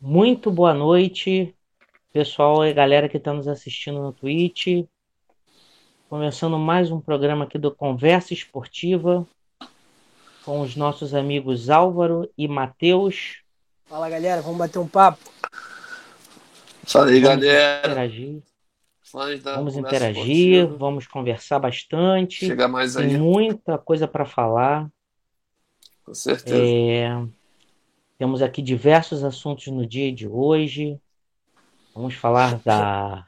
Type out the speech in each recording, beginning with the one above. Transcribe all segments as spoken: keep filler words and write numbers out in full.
Muito boa noite, pessoal e galera que está nos assistindo no Twitch. Começando mais um programa aqui do Conversa Esportiva com os nossos amigos Álvaro e Matheus. Fala galera, vamos bater um papo? Fala aí, Vamos galera. interagir, Fãs da vamos Conversa interagir, Esportiva. vamos conversar bastante. Chega mais Tem aí, muita coisa para falar. com certeza. É, Temos aqui diversos assuntos no dia de hoje. Vamos falar da,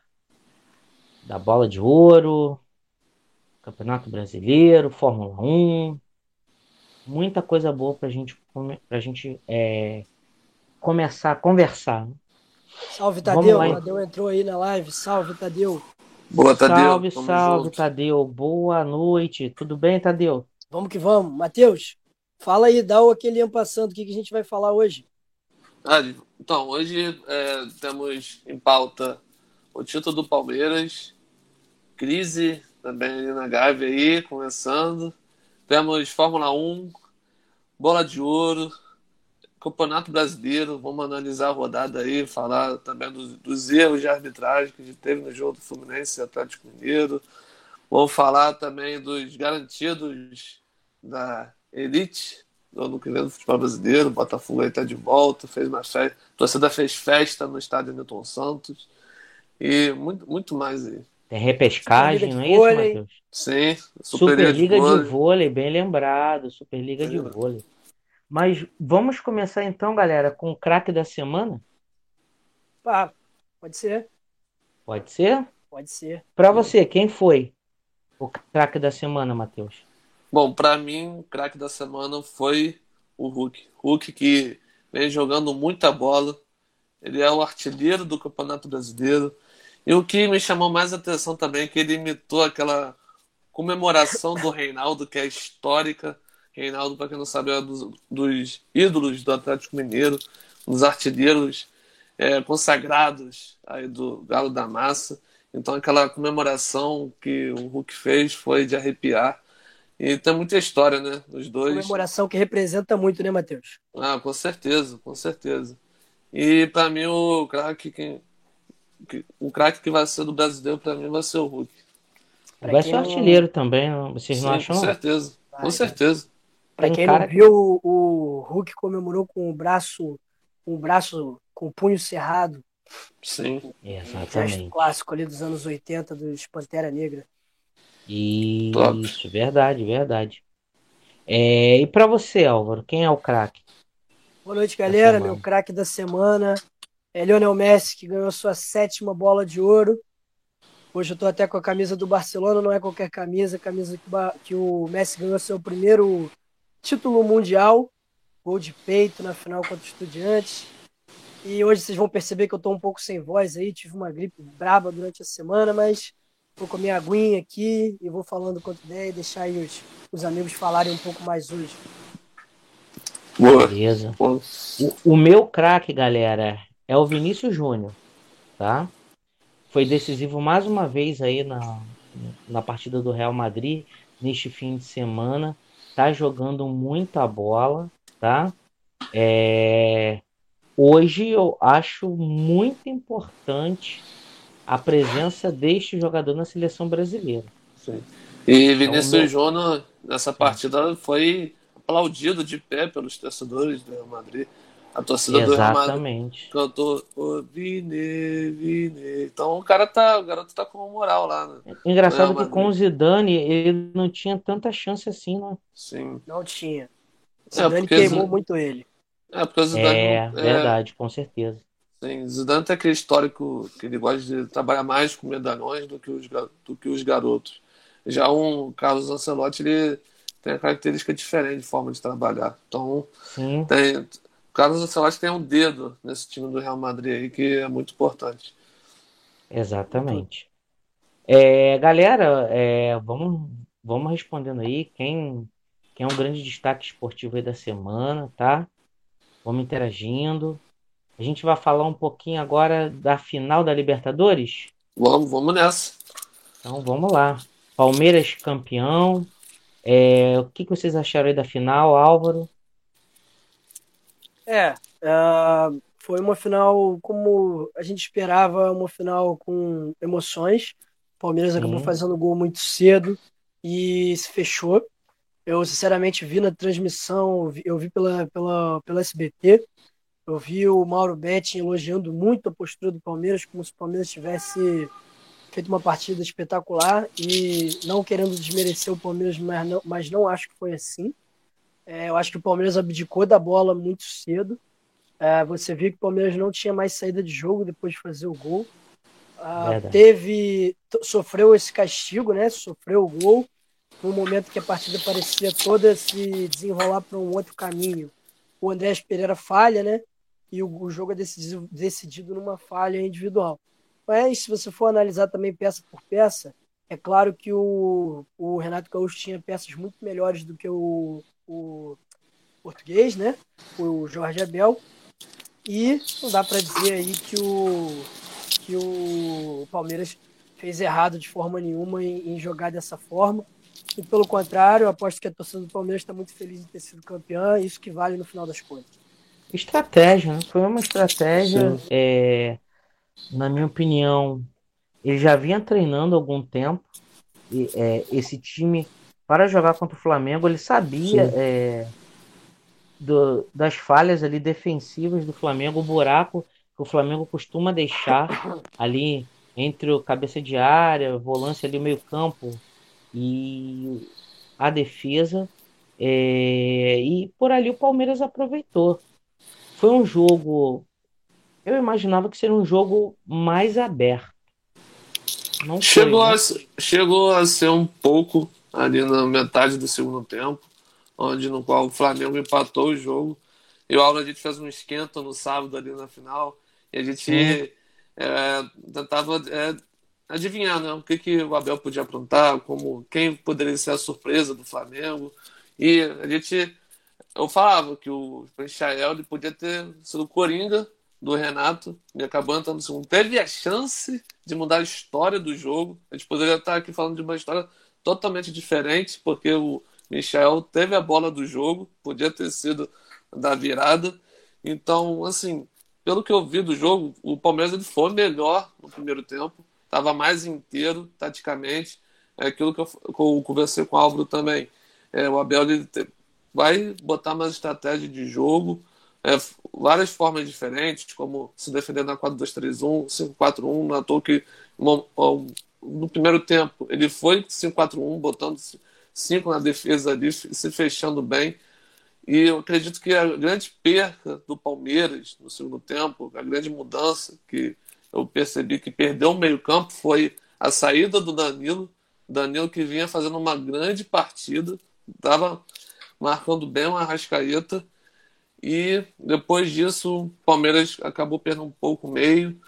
da bola de ouro, Campeonato Brasileiro, Fórmula Um. Muita coisa boa pra gente, come- pra gente é, começar a conversar. Salve Vamos Tadeu, lá. Tadeu entrou aí na live, salve Tadeu. Boa, Tadeu. Salve, Tamo salve, junto. Tadeu. Boa noite. Tudo bem, Tadeu? Vamos que vamos. Matheus, fala aí, dá o aquele ano passando, o que, que a gente vai falar hoje? Ah, então, hoje é, temos em pauta o título do Palmeiras, crise também ali na Gávea aí, começando. Temos Fórmula Um, Bola de Ouro, Campeonato Brasileiro. Vamos analisar a rodada aí, falar também dos, dos erros de arbitragem que teve no jogo do Fluminense e Atlético Mineiro. Vamos falar também dos garantidos da elite do ano que vem do futebol brasileiro. O Botafogo aí está de volta, fez uma festa. A torcida fez festa no estádio Newton Santos. E muito, muito mais aí. Tem Superliga repescagem, de não é isso, vôlei. Matheus? Sim, Superliga de Superliga de Vôlei. vôlei, bem lembrado. Superliga de vôlei. Mas vamos começar então, galera, com o craque da semana? Pá, pode ser, Pode ser? pode ser. Pra você, quem foi o craque da semana, Matheus? Bom, para mim, o craque da semana foi o Hulk. Hulk que vem jogando muita bola. Ele é o artilheiro do Campeonato Brasileiro. E o que me chamou mais atenção também é que ele imitou aquela comemoração do Reinaldo, que é histórica. Reinaldo, para quem não sabe, é dos, dos ídolos do Atlético Mineiro, um dos artilheiros é, consagrados aí do Galo da Massa. Então, aquela comemoração que o Hulk fez foi de arrepiar. E tem muita história, né? Os dois. Comemoração que representa muito, né, Matheus? Ah, com certeza, com certeza. E para mim, o craque que, que- o craque que vai ser do brasileiro, para mim, vai ser o Hulk. Pra Vai ser quem o não, artilheiro também, não? Vocês não Sim, com acham, não? certeza. Com vai, vai. certeza. Pra Tem quem não cara que. viu, o Hulk comemorou com o braço, com o braço com o punho cerrado, Sim. um gesto Exatamente. clássico ali dos anos oitenta dos Pantera Negra. Top. Isso, verdade, verdade. É, e pra você, Álvaro, quem é o craque Boa noite, da galera. Meu semana? craque da semana é Lionel Messi, que ganhou sua sétima bola de ouro. Hoje eu tô até com a camisa do Barcelona, não é qualquer camisa, camisa que, ba- que o Messi ganhou seu primeiro título mundial, gol de peito na final contra o Estudiantes. E hoje vocês vão perceber que eu tô um pouco sem voz aí, tive uma gripe braba durante a semana, mas vou comer aguinha aqui e vou falando quanto der e deixar aí os, os amigos falarem um pouco mais hoje. Boa. Beleza. Bom, O, o meu craque, galera, é o Vinícius Júnior, tá? Foi decisivo mais uma vez aí na, na partida do Real Madrid neste fim de semana. Tá jogando muita bola, tá? É, Hoje eu acho muito importante a presença deste jogador na seleção brasileira. sim. E Então, o Vinícius meu. Júnior, nessa Sim, partida, foi aplaudido de pé pelos torcedores do Real Madrid. A torcida do Real Madrid exatamente. cantou "Ô, Vini, Vini". Então o cara tá, o garoto tá com moral lá, né, no Real Engraçado que com Madrid. o Zidane ele não tinha tanta chance assim, né? Sim. Não tinha. É, Zidane porque, queimou Z- muito ele. é, porque o Zidane não. É É, verdade, com certeza. sim, Zidane tem aquele histórico que ele gosta de trabalhar mais com medalhões do que os, ga- do que os garotos. Já um Carlos Ancelotti, ele tem a característica diferente de forma de trabalhar. Então, Sim, tem, o Carlos Ancelotti tem um dedo nesse time do Real Madrid aí que é muito importante. exatamente. É, galera, é, vamos, vamos respondendo aí quem, quem é um grande destaque esportivo aí da semana, tá? Vamos interagindo. A gente vai falar um pouquinho agora da final da Libertadores. Vamos, vamos nessa. Então vamos lá. Palmeiras campeão. É, o que que vocês acharam aí da final, Álvaro? É, ah, Foi uma final como a gente esperava, uma final com emoções. O Palmeiras acabou Sim. fazendo gol muito cedo e se fechou. Eu, sinceramente, vi na transmissão, vi- eu vi pela, pela, pela S B T, eu vi o Mauro Betti elogiando muito a postura do Palmeiras, como se o Palmeiras tivesse feito uma partida espetacular e não querendo desmerecer o Palmeiras, mas não, mas não acho que foi assim. É, eu acho que o Palmeiras abdicou da bola muito cedo. É, você viu que o Palmeiras não tinha mais saída de jogo depois de fazer o gol. Ah, Verdade. teve, t- sofreu esse castigo, né? Sofreu o gol num momento que a partida parecia toda se desenrolar para um outro caminho. O Andrés Pereira falha, né? E o, o jogo é decidido, decidido numa falha individual. Mas se você for analisar também peça por peça, é claro que o, o Renato Gaúcho tinha peças muito melhores do que o, o português, né? O Jorge Abel. E não dá para dizer aí que o, que o Palmeiras fez errado de forma nenhuma em, em jogar dessa forma. E pelo contrário, eu aposto que a torcida do Palmeiras está muito feliz em ter sido campeã, isso que vale no final das contas. Estratégia, né? Foi uma estratégia, Sim. é, na minha opinião, ele já vinha treinando há algum tempo e, é, esse time para jogar contra o Flamengo. Ele sabia, Sim. é, do- das falhas ali defensivas do Flamengo, o buraco que o Flamengo costuma deixar ali entre o cabeça de área, volância ali, o meio-campo e a defesa. É, e por ali o Palmeiras aproveitou. Foi um jogo. Eu imaginava que seria um jogo mais aberto. Não foi, Chegou a, não foi. chegou a ser um pouco ali na metade do segundo tempo, onde no qual o Flamengo empatou o jogo. E o Aula, a gente fez um esquenta no sábado ali na final, e a Sim, gente é, tentava é, adivinhar, né, o que, que o Abel podia aprontar, como quem poderia ser a surpresa do Flamengo. E a gente, eu falava que o Michael ele podia ter sido o Coringa do Renato e acabou entrando no segundo. Teve a chance de mudar a história do jogo. A gente poderia estar aqui falando de uma história totalmente diferente, porque o Michel teve a bola do jogo, podia ter sido da virada. Então, assim, pelo que eu vi do jogo, o Palmeiras ele foi melhor no primeiro tempo, estava mais inteiro taticamente. É aquilo que eu, que eu conversei com o Álvaro também. É, o Abel ele te- vai botar mais estratégia de jogo, é, várias formas diferentes, como se defender na quatro dois três um, cinco quatro um, na toa que no, no primeiro tempo ele foi cinco quatro um, botando cinco na defesa ali, se fechando bem. E eu acredito que a grande perca do Palmeiras no segundo tempo, a grande mudança que eu percebi que perdeu o meio-campo foi a saída do Danilo. Danilo que vinha fazendo uma grande partida, estava marcando bem o Arrascaeta. E depois disso, o Palmeiras acabou perdendo um pouco o meio.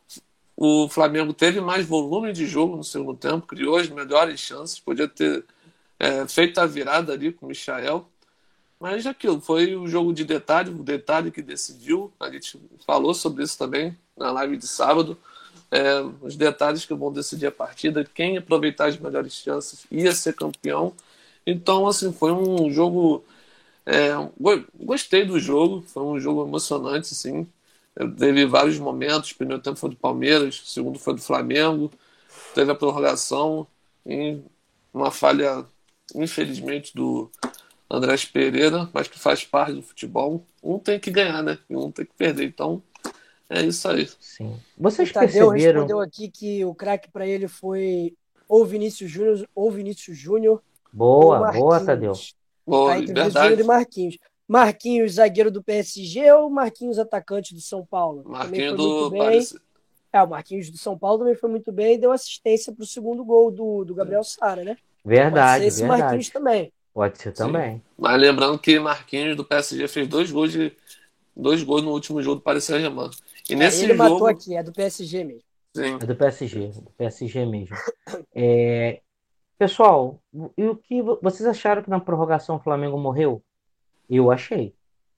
O Flamengo teve mais volume de jogo no segundo tempo, criou as melhores chances, podia ter é, feito a virada ali com o Michael. Mas aquilo, foi o jogo de detalhe, o detalhe que decidiu. A gente falou sobre isso também na live de sábado. É, os detalhes que vão decidir a partida, quem aproveitar as melhores chances ia ser campeão. Então, assim, foi um jogo. É, gostei do jogo, foi um jogo emocionante, sim. Teve vários momentos. O primeiro tempo foi do Palmeiras, o segundo foi do Flamengo. Teve a prorrogação e uma falha, infelizmente, do Andrés Pereira, mas que faz parte do futebol. Um tem que ganhar, né? E um tem que perder. Então, é isso aí. sim. O Vocês Tadeu perceberam? respondeu aqui que o craque para ele foi ou Vinícius Júnior, ou Vinícius Júnior, ou Boa, boa, Tadeu. Marquinhos. Bom, Tá entre Vinícius Júnior e verdade. Marquinhos. Marquinhos, zagueiro do P S G, ou Marquinhos, atacante do São Paulo? Também Marquinhos foi muito do bem. Paris. É, o Marquinhos do São Paulo também foi muito bem e deu assistência para o segundo gol do, do Gabriel Sara, né? Pode ser Verdade, esse Marquinhos verdade. também. Pode ser Sim. também. Mas lembrando que Marquinhos do P S G fez dois gols de dois gols no último jogo do Paris Saint-Germain. E É, ele nesse matou jogo, aqui, é do P S G mesmo. sim, É do P S G, do P S G mesmo. É, pessoal, e o que vo- vocês acharam que na prorrogação o Flamengo morreu? Eu achei.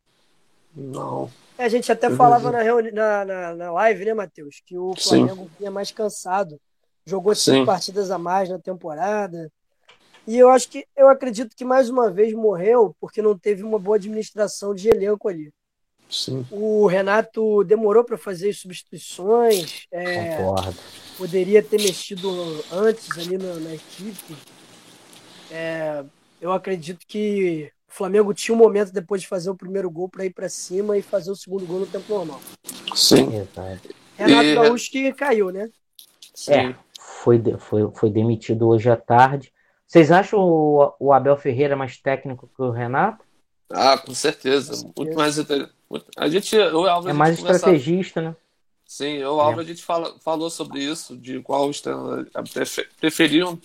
não. É, a gente até falava na, reuni... na, na, na live, né, Matheus, que o Sim, Flamengo vinha mais cansado. Jogou cinco sim. partidas a mais na temporada. E eu acho que eu acredito que mais uma vez morreu porque não teve uma boa administração de elenco ali. Sim. O Renato demorou para fazer as substituições, é, Concordo. poderia ter mexido antes ali na, na equipe. É, eu acredito que o Flamengo tinha um momento depois de fazer o primeiro gol para ir para cima e fazer o segundo gol no tempo normal. Sim. Exato. Renato E- Gaúcho que caiu, né? Sim. É, foi, de- foi, foi demitido hoje à tarde. Vocês acham o, o Abel Ferreira mais técnico que o Renato? Ah, com certeza. Com Muito certeza. mais inte- muito- A gente, eu e o Álvaro, É a mais gente conversava. estrategista, né? Sim, eu e o Álvaro, a gente fala, falou sobre isso, de qual os treinadores prefe- preferiam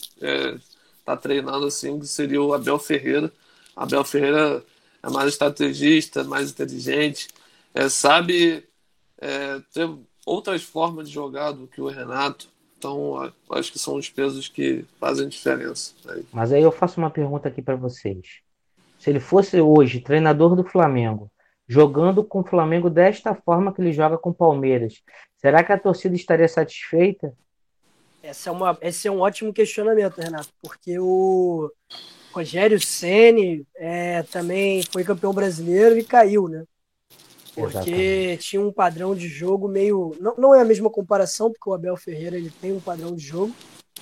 estar treinando assim, que seria o Abel Ferreira. Abel Ferreira é mais estrategista, mais inteligente, é, sabe é, ter outras formas de jogar do que o Renato. Então, a- acho que são os pesos que fazem diferença. Né? Mas aí eu faço uma pergunta aqui para vocês. Se ele fosse hoje treinador do Flamengo, jogando com o Flamengo desta forma que ele joga com o Palmeiras, será que a torcida estaria satisfeita? Essa é uma, esse é um ótimo questionamento, Renato, porque o Rogério Ceni é, também foi campeão brasileiro e caiu, né? Porque Exatamente. tinha um padrão de jogo meio. Não, não é a mesma comparação, porque o Abel Ferreira ele tem um padrão de jogo,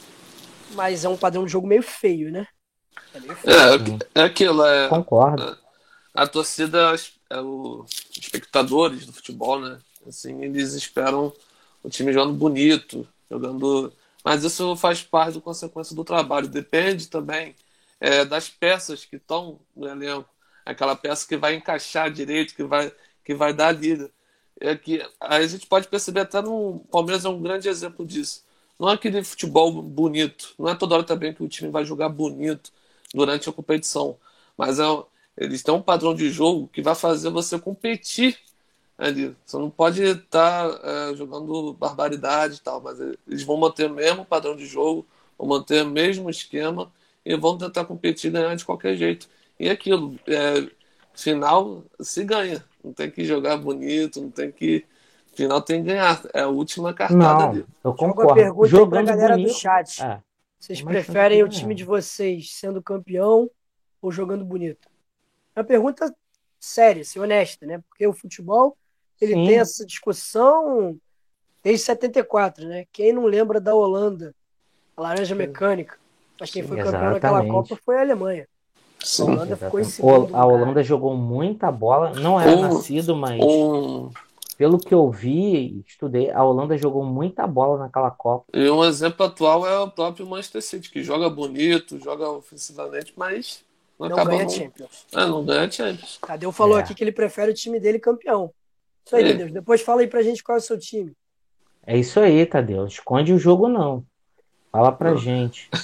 mas é um padrão de jogo meio feio, né? É meio feio. Sim, É, é aquilo, é, concordo. a torcida, é o, os espectadores do futebol, né? Assim, eles esperam o time jogando bonito, jogando. Mas isso faz parte da consequência do trabalho. Depende também é, das peças que estão no elenco. Aquela peça que vai encaixar direito, que vai, que vai dar a liga. É que a gente pode perceber até no Palmeiras é um grande exemplo disso. Não é aquele futebol bonito. Não é toda hora também que o time vai jogar bonito durante a competição. Mas é, eles têm um padrão de jogo que vai fazer você competir ali. Você não pode estar é, jogando barbaridade e tal, mas eles vão manter o mesmo padrão de jogo, vão manter o mesmo esquema e vão tentar competir e ganhar de qualquer jeito. E aquilo, é, final se ganha. Não tem que jogar bonito, não tem que. Final tem que ganhar. É a última cartada Não, ali. eu Joga uma concordo. pergunta aí pra Jogando galera do bonito, chat. é, Vocês é mais chance de preferem o time ganhar. de vocês sendo campeão ou jogando bonito? É uma pergunta séria, ser honesta, né? Porque o futebol ele tem Sim, essa discussão desde setenta e quatro, né? Quem não lembra da Holanda, a laranja mecânica, mas quem foi campeão naquela Copa exatamente. foi a Alemanha. A Sim. Holanda ficou em Exatamente. O- segundo A lugar. Holanda jogou muita bola, não era Um, nascido, mas um, pelo que eu vi e estudei, a Holanda jogou muita bola naquela Copa. e um exemplo atual é o próprio Manchester City, que joga bonito, joga ofensivamente, mas não Não acaba ganha não. Champions. É, não ganha Champions. Tadeu falou É, aqui que ele prefere o time dele campeão. Isso aí, É, Tadeu. Depois fala aí pra gente qual é o seu time. é isso aí, Tadeu. Esconde o jogo, não. Fala pra não. gente.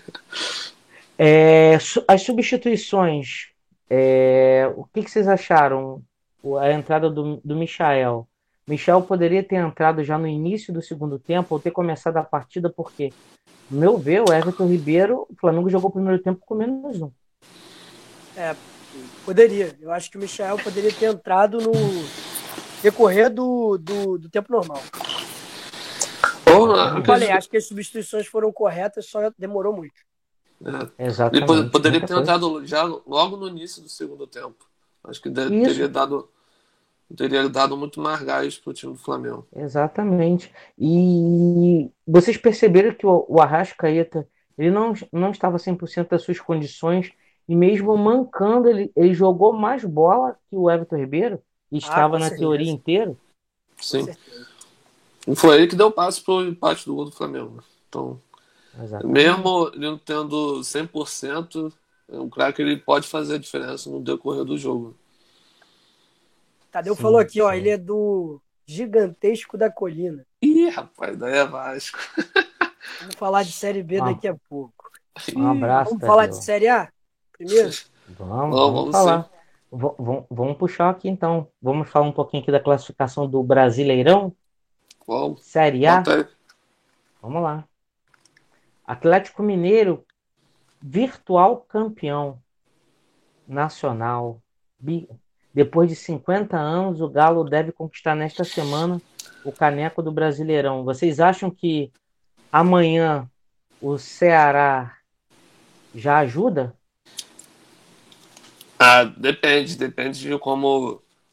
É, su- as substituições, é, o que que vocês acharam? O- A entrada do, do Michael. Michael poderia ter entrado já no início do segundo tempo ou ter começado a partida, porque, no meu ver, o Everton Ribeiro, o Flamengo jogou o primeiro tempo com menos um. É, poderia. Eu acho que o Michael poderia ter entrado no decorrer do, do, do tempo normal. Ou, Eu acredito- falei, acho que as substituições foram corretas, só demorou muito. é, ele po- Exatamente, poderia muita ter coisa. entrado já logo no início do segundo tempo. Acho que de- Isso. teria dado, teria dado muito mais gás pro time do Flamengo. Exatamente. E vocês perceberam que o, o Arrascaeta, ele não, não estava cem por cento das suas condições, e mesmo mancando, ele, ele jogou mais bola que o Everton Ribeiro, e Ah, estava com na certeza. teoria inteira. Com Sim. certeza. E foi ele que deu passe pro empate do gol do Flamengo. né? Então, Exatamente. mesmo ele não tendo cem por cento, é um craque ele pode fazer a diferença no decorrer do jogo. Tadeu Sim, falou aqui, ó, sim. ele é do Gigantesco da Colina. Ih, rapaz, daí é Vasco. Vamos falar de Série B Ah. daqui a pouco. Um abraço, Vamos falar Tadeu. de Série A primeiro? Vamos, Não, vamos vamos falar. V- vamos, vamos puxar aqui então. Vamos falar um pouquinho aqui da classificação do Brasileirão, Vamos, Série A. bota aí. Vamos lá. Atlético Mineiro, virtual campeão nacional. Bi- Depois de cinquenta anos, o Galo deve conquistar nesta semana o caneco do Brasileirão. Vocês acham que amanhã o Ceará já ajuda? Ah, depende, depende de como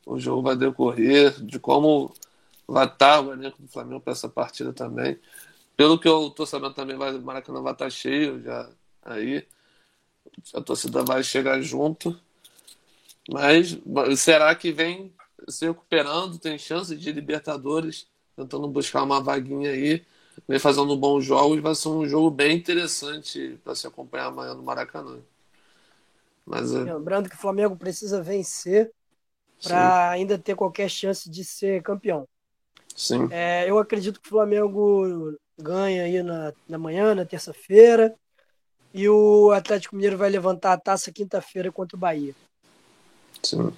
o jogo vai decorrer, de como vai estar o elenco do Flamengo para essa partida também. Pelo que eu tô sabendo também, vai, o Maracanã vai estar cheio já aí. A torcida vai chegar junto. Mas será que vem se recuperando? Tem chance de Libertadores, tentando buscar uma vaguinha aí, vem fazendo bons jogos. Vai ser um jogo bem interessante para se acompanhar amanhã no Maracanã. Mas, é... Lembrando que o Flamengo precisa vencer para ainda ter qualquer chance de ser campeão. Sim. É, eu acredito que o Flamengo ganha aí na, na manhã, na terça-feira, e o Atlético Mineiro vai levantar a taça quinta-feira contra o Bahia. Sim.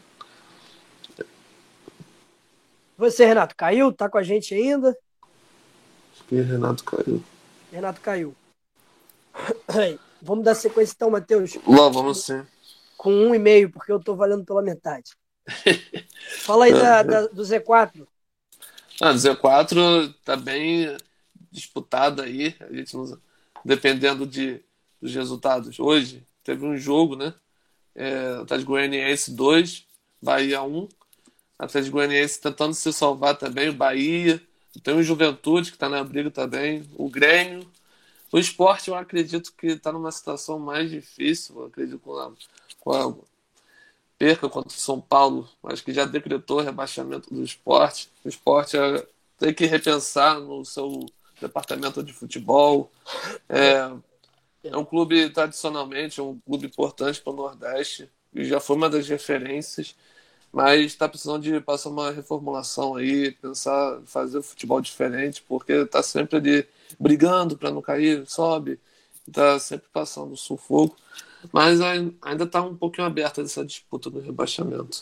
Você, Renato, caiu? Tá com a gente ainda? Acho que o Renato caiu. Renato caiu. Vamos dar sequência então, Matheus. Lá, vamos sim. Com um e meio, porque eu tô valendo pela metade. Fala aí da, da, do Z quatro. Ah, Z quatro tá bem disputado aí. A gente não... Dependendo de, dos resultados. Hoje teve um jogo, né? É, Atlético Goianiense dois, Bahia um. Atlético Goianiense tentando se salvar também, o Bahia. Tem o Juventude que está na briga também, o Grêmio. O Sport eu acredito que está numa situação mais difícil, eu acredito com a, com a perca contra o São Paulo, acho que já decretou o rebaixamento do Sport. O Sport é, tem que repensar no seu departamento de futebol. É, é um clube, tradicionalmente, é um clube importante para o Nordeste, e já foi uma das referências, mas está precisando de passar uma reformulação aí, pensar, fazer o futebol diferente, porque está sempre ali brigando para não cair, sobe, está sempre passando sufoco, mas ainda está um pouquinho aberta essa disputa do rebaixamento.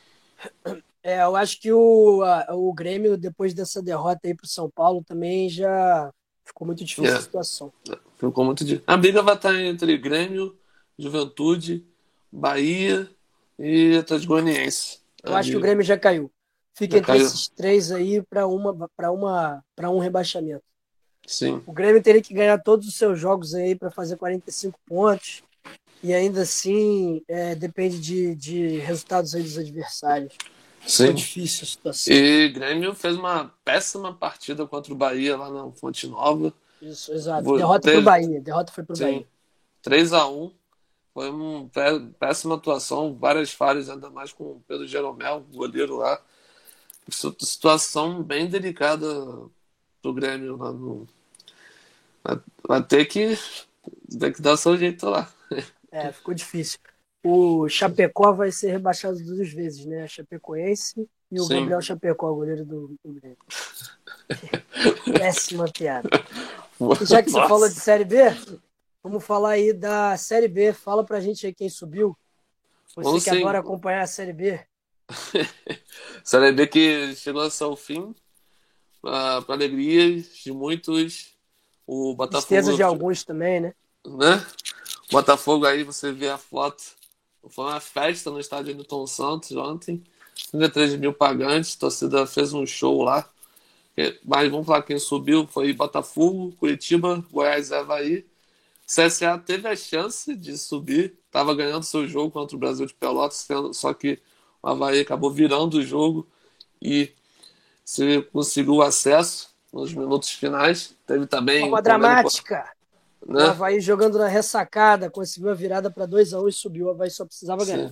É, eu acho que o, a, o Grêmio, depois dessa derrota aí para o São Paulo, também já ficou muito difícil É. a situação. Ficou muito difícil. A briga vai estar entre Grêmio, Juventude, Bahia e Atlético Goianiense. Eu acho que o Grêmio já caiu. Fica Já entre caiu. esses três aí para uma, para uma, para um rebaixamento. Sim. O Grêmio teria que ganhar todos os seus jogos aí para fazer quarenta e cinco pontos. E ainda assim, é, depende de, de resultados aí dos adversários. Sim. Foi difícil a situação. E o Grêmio fez uma péssima partida contra o Bahia lá na Fonte Nova. Isso, exato. Vou- Derrota teve- pro Bahia. Derrota foi pro Sim. Bahia. três a um. Foi uma pé- péssima atuação, várias falhas, ainda mais com o Pedro Jeromel, o goleiro lá. Situ- Situação bem delicada pro Grêmio lá no. Vai- Vai ter que, ter que dar o seu jeito lá. É, ficou difícil. O Chapecó vai ser rebaixado duas vezes, né? A Chapecoense e o Sim. Gabriel Chapecó, goleiro do, do Grêmio. Péssima piada. E já que você Nossa. falou de Série B, vamos falar aí da Série B. Fala pra gente aí quem subiu. Você Vamos que sim. adora acompanhar a Série B. Série B que chegou a seu fim, para alegria de muitos. O Botafogo. Tristeza de alguns também, né? Né? Botafogo aí, você vê a foto. Foi uma festa no estádio Newton Santos ontem. trinta e três mil pagantes, a torcida fez um show lá. Mas vamos falar quem subiu foi Botafogo, Curitiba, Goiás e Avaí. C S A teve a chance de subir, estava ganhando seu jogo contra o Brasil de Pelotas, só que o Avaí acabou virando o jogo e se conseguiu o acesso nos minutos finais. Teve também Forma o Palmeiras, dramática. O né? Avaí jogando na ressacada, conseguiu a virada para dois a um e subiu. O Avaí só precisava ganhar. Sim.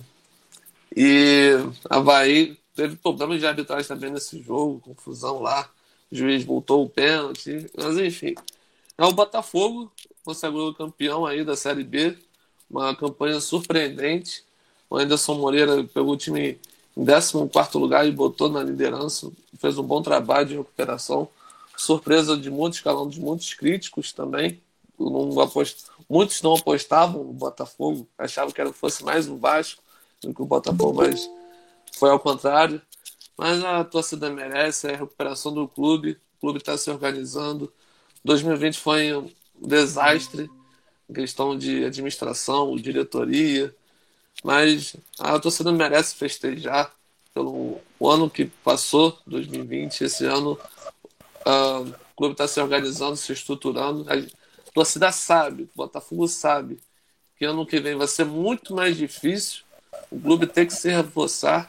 E Avaí teve problemas de arbitragem também nesse jogo, confusão lá. O juiz voltou o pênalti, mas enfim. É o Botafogo, consagrou campeão aí da Série B, uma campanha surpreendente. O Anderson Moreira pegou o time em décimo quarto lugar e botou na liderança, fez um bom trabalho de recuperação. Surpresa de muitos, calando de muitos críticos também. Não apost... Muitos não apostavam no Botafogo, achavam que era, fosse mais um Vasco do que o Botafogo, mas foi ao contrário. Mas a torcida merece, é a recuperação do clube, o clube está se organizando. dois mil e vinte foi um desastre em questão de administração, diretoria, mas a torcida merece festejar pelo o ano que passou, dois mil e vinte. Esse ano uh, o clube está se organizando, se estruturando. A torcida sabe, o Botafogo sabe que ano que vem vai ser muito mais difícil, o clube tem que se reforçar,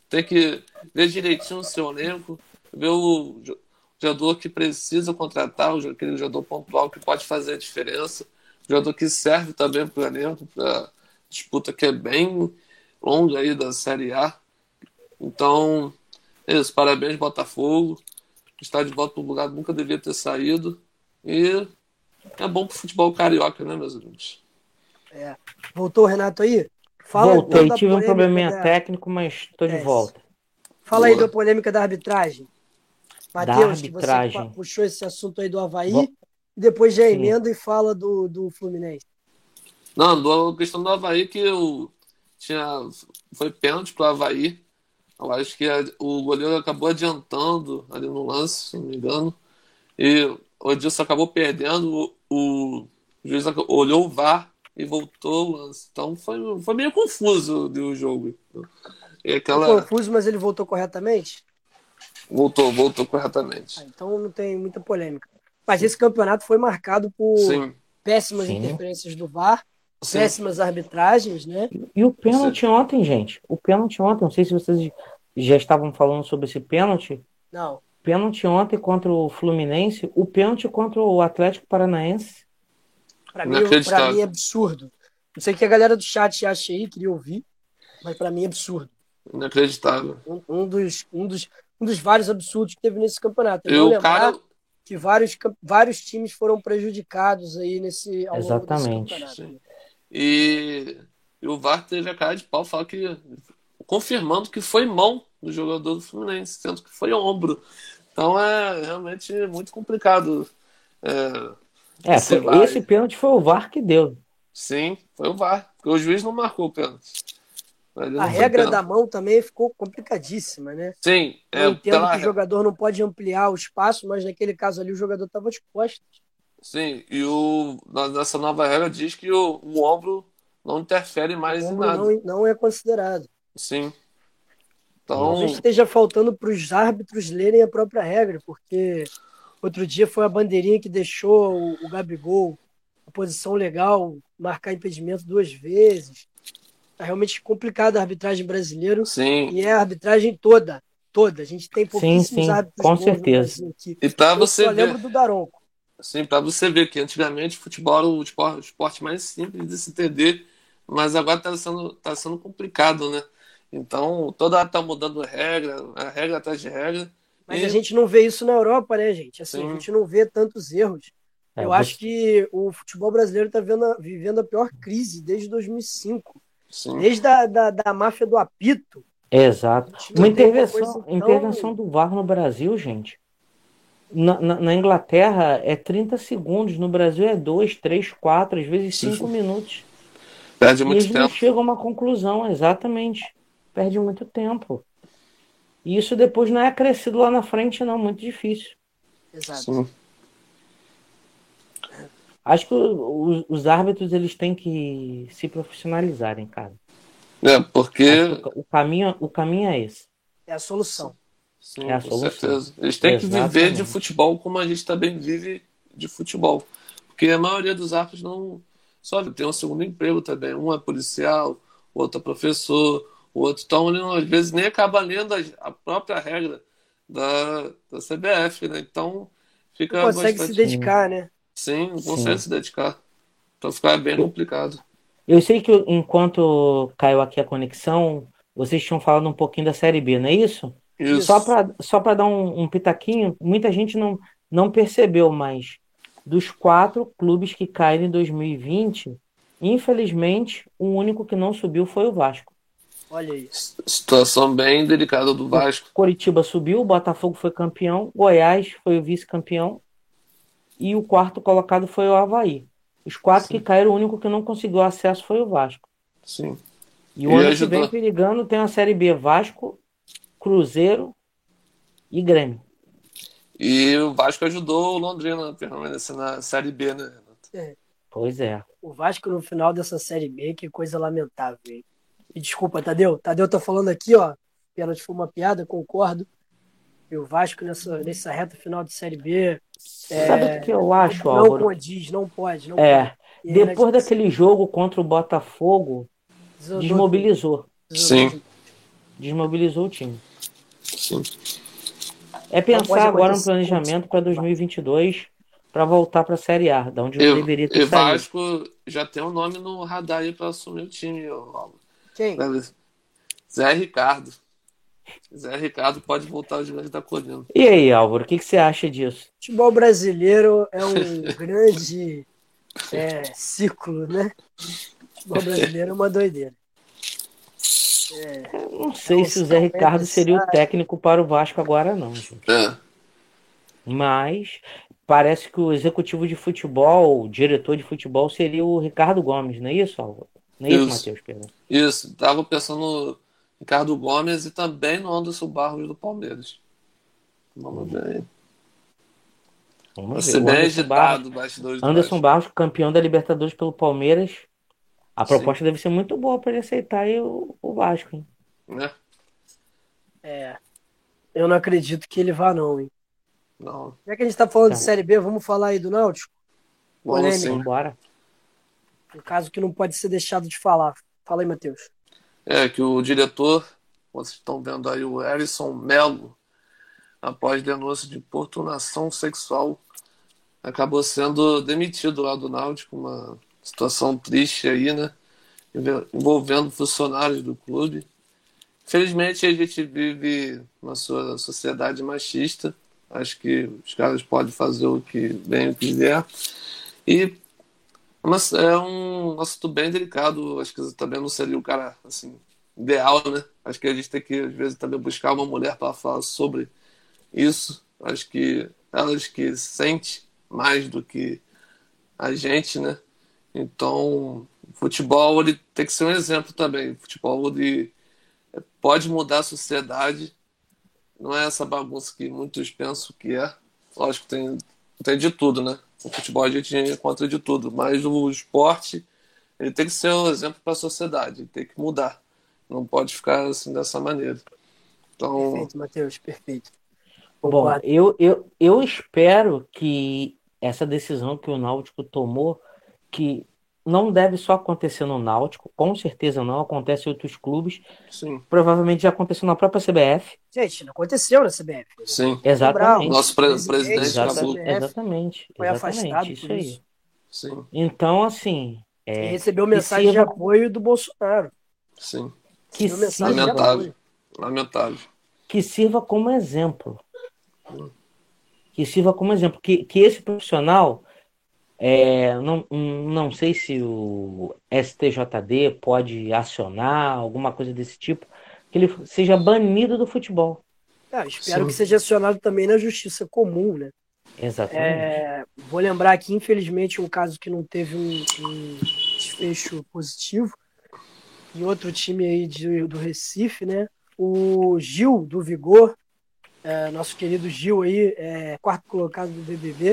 tem que ver direitinho o seu elenco, ver o jogador que precisa contratar, aquele jogador pontual que pode fazer a diferença, jogador que serve também para o elenco, para a disputa que é bem longa aí da Série A. Então, é isso. Parabéns, Botafogo. Está de volta para um lugar que nunca devia ter saído. E é bom pro futebol carioca, né, meus amigos? É. Voltou o Renato aí? Fala Voltei, da tive um polêmica probleminha da- técnico, mas estou de É. volta. Fala aí Boa. da polêmica da arbitragem. Da Matheus, que você arbitragem. pa- puxou esse assunto aí do Avaí, Vo- e depois já Sim. emenda e fala do, do Fluminense. Não, do- a questão do Avaí que eu tinha. Foi pênalti pro Avaí. Eu acho que a- o goleiro acabou adiantando ali no lance, se não me engano. E o Edilson acabou perdendo. O, o juiz ac- olhou o V A R e voltou o lance. Então foi, foi meio confuso o jogo. E Ficou aquela. confuso, mas ele voltou corretamente? Voltou, voltou corretamente. Ah, então não tem muita polêmica. Mas esse campeonato foi marcado por Sim, péssimas Sim. interferências do V A R, sim. péssimas arbitragens, né? E o pênalti ontem, gente. O pênalti ontem, não sei se vocês já estavam falando sobre esse pênalti. Não. Pênalti ontem contra o Fluminense, o pênalti contra o Atlético Paranaense. Pra mim, Inacreditável. pra mim é absurdo. Não sei o que a galera do chat acha aí, queria ouvir, mas pra mim é absurdo. Inacreditável. Um, um dos, um, dos, um dos vários absurdos que teve nesse campeonato. É E bom o lembrar cara. que vários, cam- vários times foram prejudicados aí nesse, ao longo Exatamente. desse campeonato. Sim. E, e o V A R teve a cara de pau, falar que. Confirmando que foi mão do jogador do Fluminense, sendo que foi ombro. Então é realmente muito complicado. É, É, esse foi- V A R. esse pênalti foi o V A R que deu. Sim, foi o V A R. Porque o juiz não marcou o pênalti. Ele não A foi regra pênalti. da mão também ficou complicadíssima, né? Sim, Eu é, entendo pela que o re- jogador não pode ampliar o espaço, mas naquele caso ali o jogador estava de costas. Sim, e o, na- nessa nova regra diz que o, o ombro não interfere mais O em ombro nada. não, não é considerado. Sim. Então, Talvez esteja faltando para os árbitros lerem a própria regra, porque outro dia foi a bandeirinha que deixou o, o Gabigol a posição legal, marcar impedimento duas vezes. Tá realmente complicado a arbitragem brasileira sim. e é a arbitragem toda, toda. A gente tem pouquíssimos sim, árbitros com bons certeza. no Brasil aqui. E pra Eu você só ver, lembro do Daronco. assim, para você ver que antigamente o futebol era o esporte, o esporte mais simples de se entender, mas agora está sendo, tá sendo complicado, né? Então, toda hora tá mudando regra, a regra atrás de regra. Mas E- a gente não vê isso na Europa, né, gente? Assim, Sim. a gente não vê tantos erros. É, Eu você- acho que o futebol brasileiro está vivendo a pior crise desde dois mil e cinco. Sim, Desde a da, da máfia do apito. Exato. A gente não Uma tem uma intervenção, coisa tão- intervenção do V A R no Brasil, gente. Na, na- na Inglaterra é trinta segundos, no Brasil é dois, três, quatro, às vezes Sim, cinco sim. minutos. perde E muito eles não tempo. chegam a uma conclusão, exatamente. Perde muito tempo. E isso depois não é acrescido lá na frente, não, muito difícil. Exato. Sim. Acho que o- os, os árbitros eles têm que se profissionalizarem, cara. É, porque. Acho que o, o caminho, o caminho é esse. É a solução. Sim, É a com solução. certeza. Eles têm que viver Exatamente. de futebol como a gente também vive de futebol. Porque a maioria dos árbitros não só tem um segundo emprego também. Um é policial, o outro é professor, o outro. Então, ele não, às vezes nem acaba lendo a, a própria regra da, da C B F, né? Então, fica Não consegue bastante. se dedicar, né? Sim, não Sim. consegue se dedicar. Então, fica bem complicado. Eu sei que enquanto caiu aqui a conexão, vocês tinham falado um pouquinho da Série B, não é isso? Isso. Só para só para dar um, um pitaquinho, muita gente não, não percebeu, mas dos quatro clubes que caíram em dois mil e vinte, infelizmente, o único que não subiu foi o Vasco. Olha aí. Situação bem delicada do Vasco. Coritiba subiu, o Botafogo foi campeão, Goiás foi o vice-campeão e o quarto colocado foi o Avaí. Os quatro Sim. que caíram, o único que não conseguiu acesso foi o Vasco. Sim. E o E ano que ajudou. vem perigando tem a Série B, Vasco, Cruzeiro e Grêmio. E o Vasco ajudou o Londrina a permanecer na Série B, né, Renato? Pois é. O Vasco no final dessa Série B, que coisa lamentável, hein? E desculpa, Tadeu. Tadeu tá falando aqui, ó. Pênalti foi uma piada, concordo. E o Vasco nessa, nessa reta final de Série B. Sabe o que eu acho, não Álvaro? condiz, não pode, não É, pode. E aí, depois né, daquele jogo contra o Botafogo, desandou- desmobilizou. desandou Sim. de- desmobilizou o time. Sim. É Não pode pensar agora no acontecer planejamento para dois mil e vinte e dois para voltar para a Série A, da onde E, deveria ter e saído. Vasco já tem um nome no radar aí para assumir o time. ó. Quem? Zé Ricardo. Zé Ricardo pode voltar aos grandes da Colina. E aí, Álvaro, o que, que você acha disso? Futebol brasileiro é um grande é, ciclo, né? Futebol brasileiro é uma doideira. É, Eu não é sei uns se o Zé Ricardo cinquenta seria o sai. técnico para o Vasco agora, não, gente. É. Mas parece que o executivo de futebol, o diretor de futebol, seria o Ricardo Gomes, não é isso, Álvaro? Não é isso, Isso. Matheus? Perdão. Isso. Tava pensando no Ricardo Gomes e também no Anderson Barros do Palmeiras. Vamos ver aí. Vai Vamos ver. ser O bem Anderson Barros, agitado, bastidores do Anderson Vasco. Barros, campeão da Libertadores pelo Palmeiras. A Sim. proposta deve ser muito boa para ele aceitar aí o, o Vasco, hein? Né? É, eu não acredito que ele vá, não, hein? Não. Já que a gente tá falando Tá. de Série B, vamos falar aí do Náutico? Vamos Polêmica. sim. Vamos embora. Um caso que não pode ser deixado de falar. Fala aí, Matheus. É que o diretor, vocês estão vendo aí, o Erison Melo, após denúncia de importunação sexual, acabou sendo demitido lá do Náutico. Uma situação triste aí, né? Envolvendo funcionários do clube. Infelizmente, a gente vive uma sociedade machista. Acho que os caras podem fazer o que bem o que quiser. E mas é um assunto bem delicado. Acho que também não seria o cara assim, ideal, né? Acho que a gente tem que, às vezes, também buscar uma mulher para falar sobre isso. Acho que elas que sentem mais do que a gente, né? Então, o futebol ele tem que ser um exemplo também. O futebol ele pode mudar a sociedade. Não é essa bagunça que muitos pensam que é. Lógico, tem, tem de tudo, né? O futebol a gente encontra de tudo. Mas o esporte ele tem que ser um exemplo para a sociedade. Ele tem que mudar. Não pode ficar assim dessa maneira. Então, Perfeito, Matheus, perfeito. Bom, Concordo. eu, eu, eu espero que essa decisão que o Náutico tomou, que não deve só acontecer no Náutico, com certeza não, acontece em outros clubes, sim, provavelmente já aconteceu na própria C B F. Gente, não aconteceu na C B F. sim. Exatamente. Nosso pre- presidente presidente Exata- acabou. C B F exatamente, foi afastado exatamente, por isso aí. isso. Sim, Então, assim, E é, recebeu que mensagem de sirva, apoio do Bolsonaro. sim. que Recebeu mensagem de sirva, Lamentável. apoio. Lamentável. que sirva como exemplo. Que sirva como exemplo. Que, que esse profissional, é, não, não sei se o S T J D pode acionar alguma coisa desse tipo, que ele seja banido do futebol. Ah, espero Sim. que seja acionado também na justiça comum, né? Exatamente. É, vou lembrar aqui, infelizmente, um caso que não teve um, um desfecho positivo. Em outro time aí de, do Recife, né? O Gil, do Vigor, é, nosso querido Gil aí, é, quarto colocado do B B B,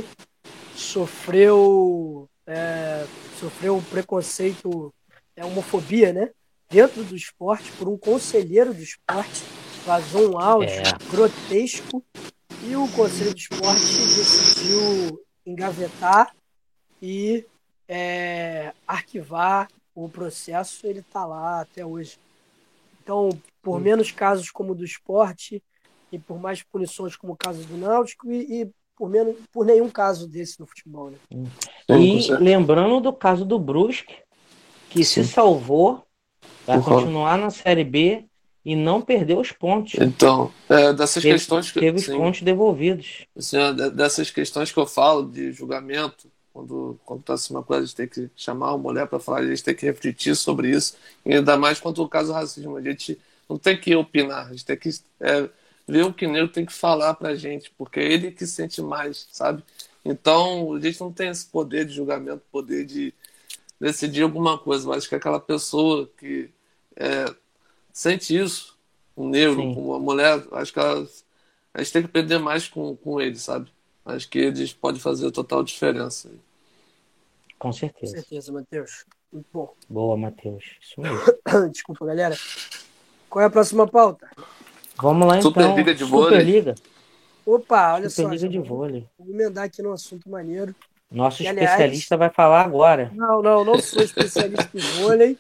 sofreu, é, sofreu um preconceito, é, homofobia, né? Dentro do esporte, por um conselheiro do esporte, vazou um áudio É. grotesco e o Conselho do Esporte decidiu engavetar e é, arquivar o processo. Ele está lá até hoje. Então, por Hum. menos casos como o do esporte e por mais punições como o caso do Náutico e, e por, menos, por nenhum caso desse no futebol, né? Sim, com E certeza. lembrando do caso do Brusque, que se Sim. salvou, vai Por favor. continuar na Série B e não perdeu os pontos. Então, é, dessas Teve, questões que, teve os sim, pontos devolvidos. assim, é, de- dessas questões que eu falo de julgamento, quando quando tá assim uma coisa, a gente tem que chamar uma mulher para falar, a gente tem que refletir sobre isso, e ainda mais quanto ao caso do racismo. A gente não tem que opinar, a gente tem que é, ver o que o negro tem que falar pra gente, porque é ele que sente mais, sabe? Então, a gente não tem esse poder de julgamento, poder de decidir alguma coisa, mas que aquela pessoa que é, sente isso, um negro, Sim. com uma mulher, acho que ela, a gente tem que aprender mais com, com eles, sabe? Acho que eles podem fazer total diferença. Com Com certeza. certeza, Matheus. Muito bom. Boa, Matheus. Isso mesmo. Desculpa, galera. Qual é a próxima pauta? Vamos lá, então. Superliga de vôlei. Superliga. Opa, olha só. Superliga já de vou, vôlei. vou emendar aqui num assunto maneiro. Nosso Que, aliás, especialista vai falar agora. não, não, não sou especialista em vôlei,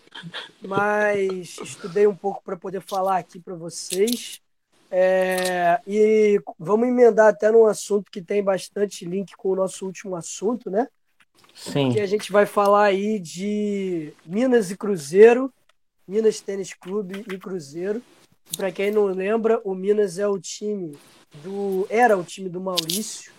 mas estudei um pouco para poder falar aqui para vocês. É, e vamos emendar até num assunto que tem bastante link com o nosso último assunto, né? Sim, Que a gente vai falar aí de Minas e Cruzeiro, Minas Tênis Clube e Cruzeiro. Para quem não lembra, o Minas é o time do, era o time do Maurício,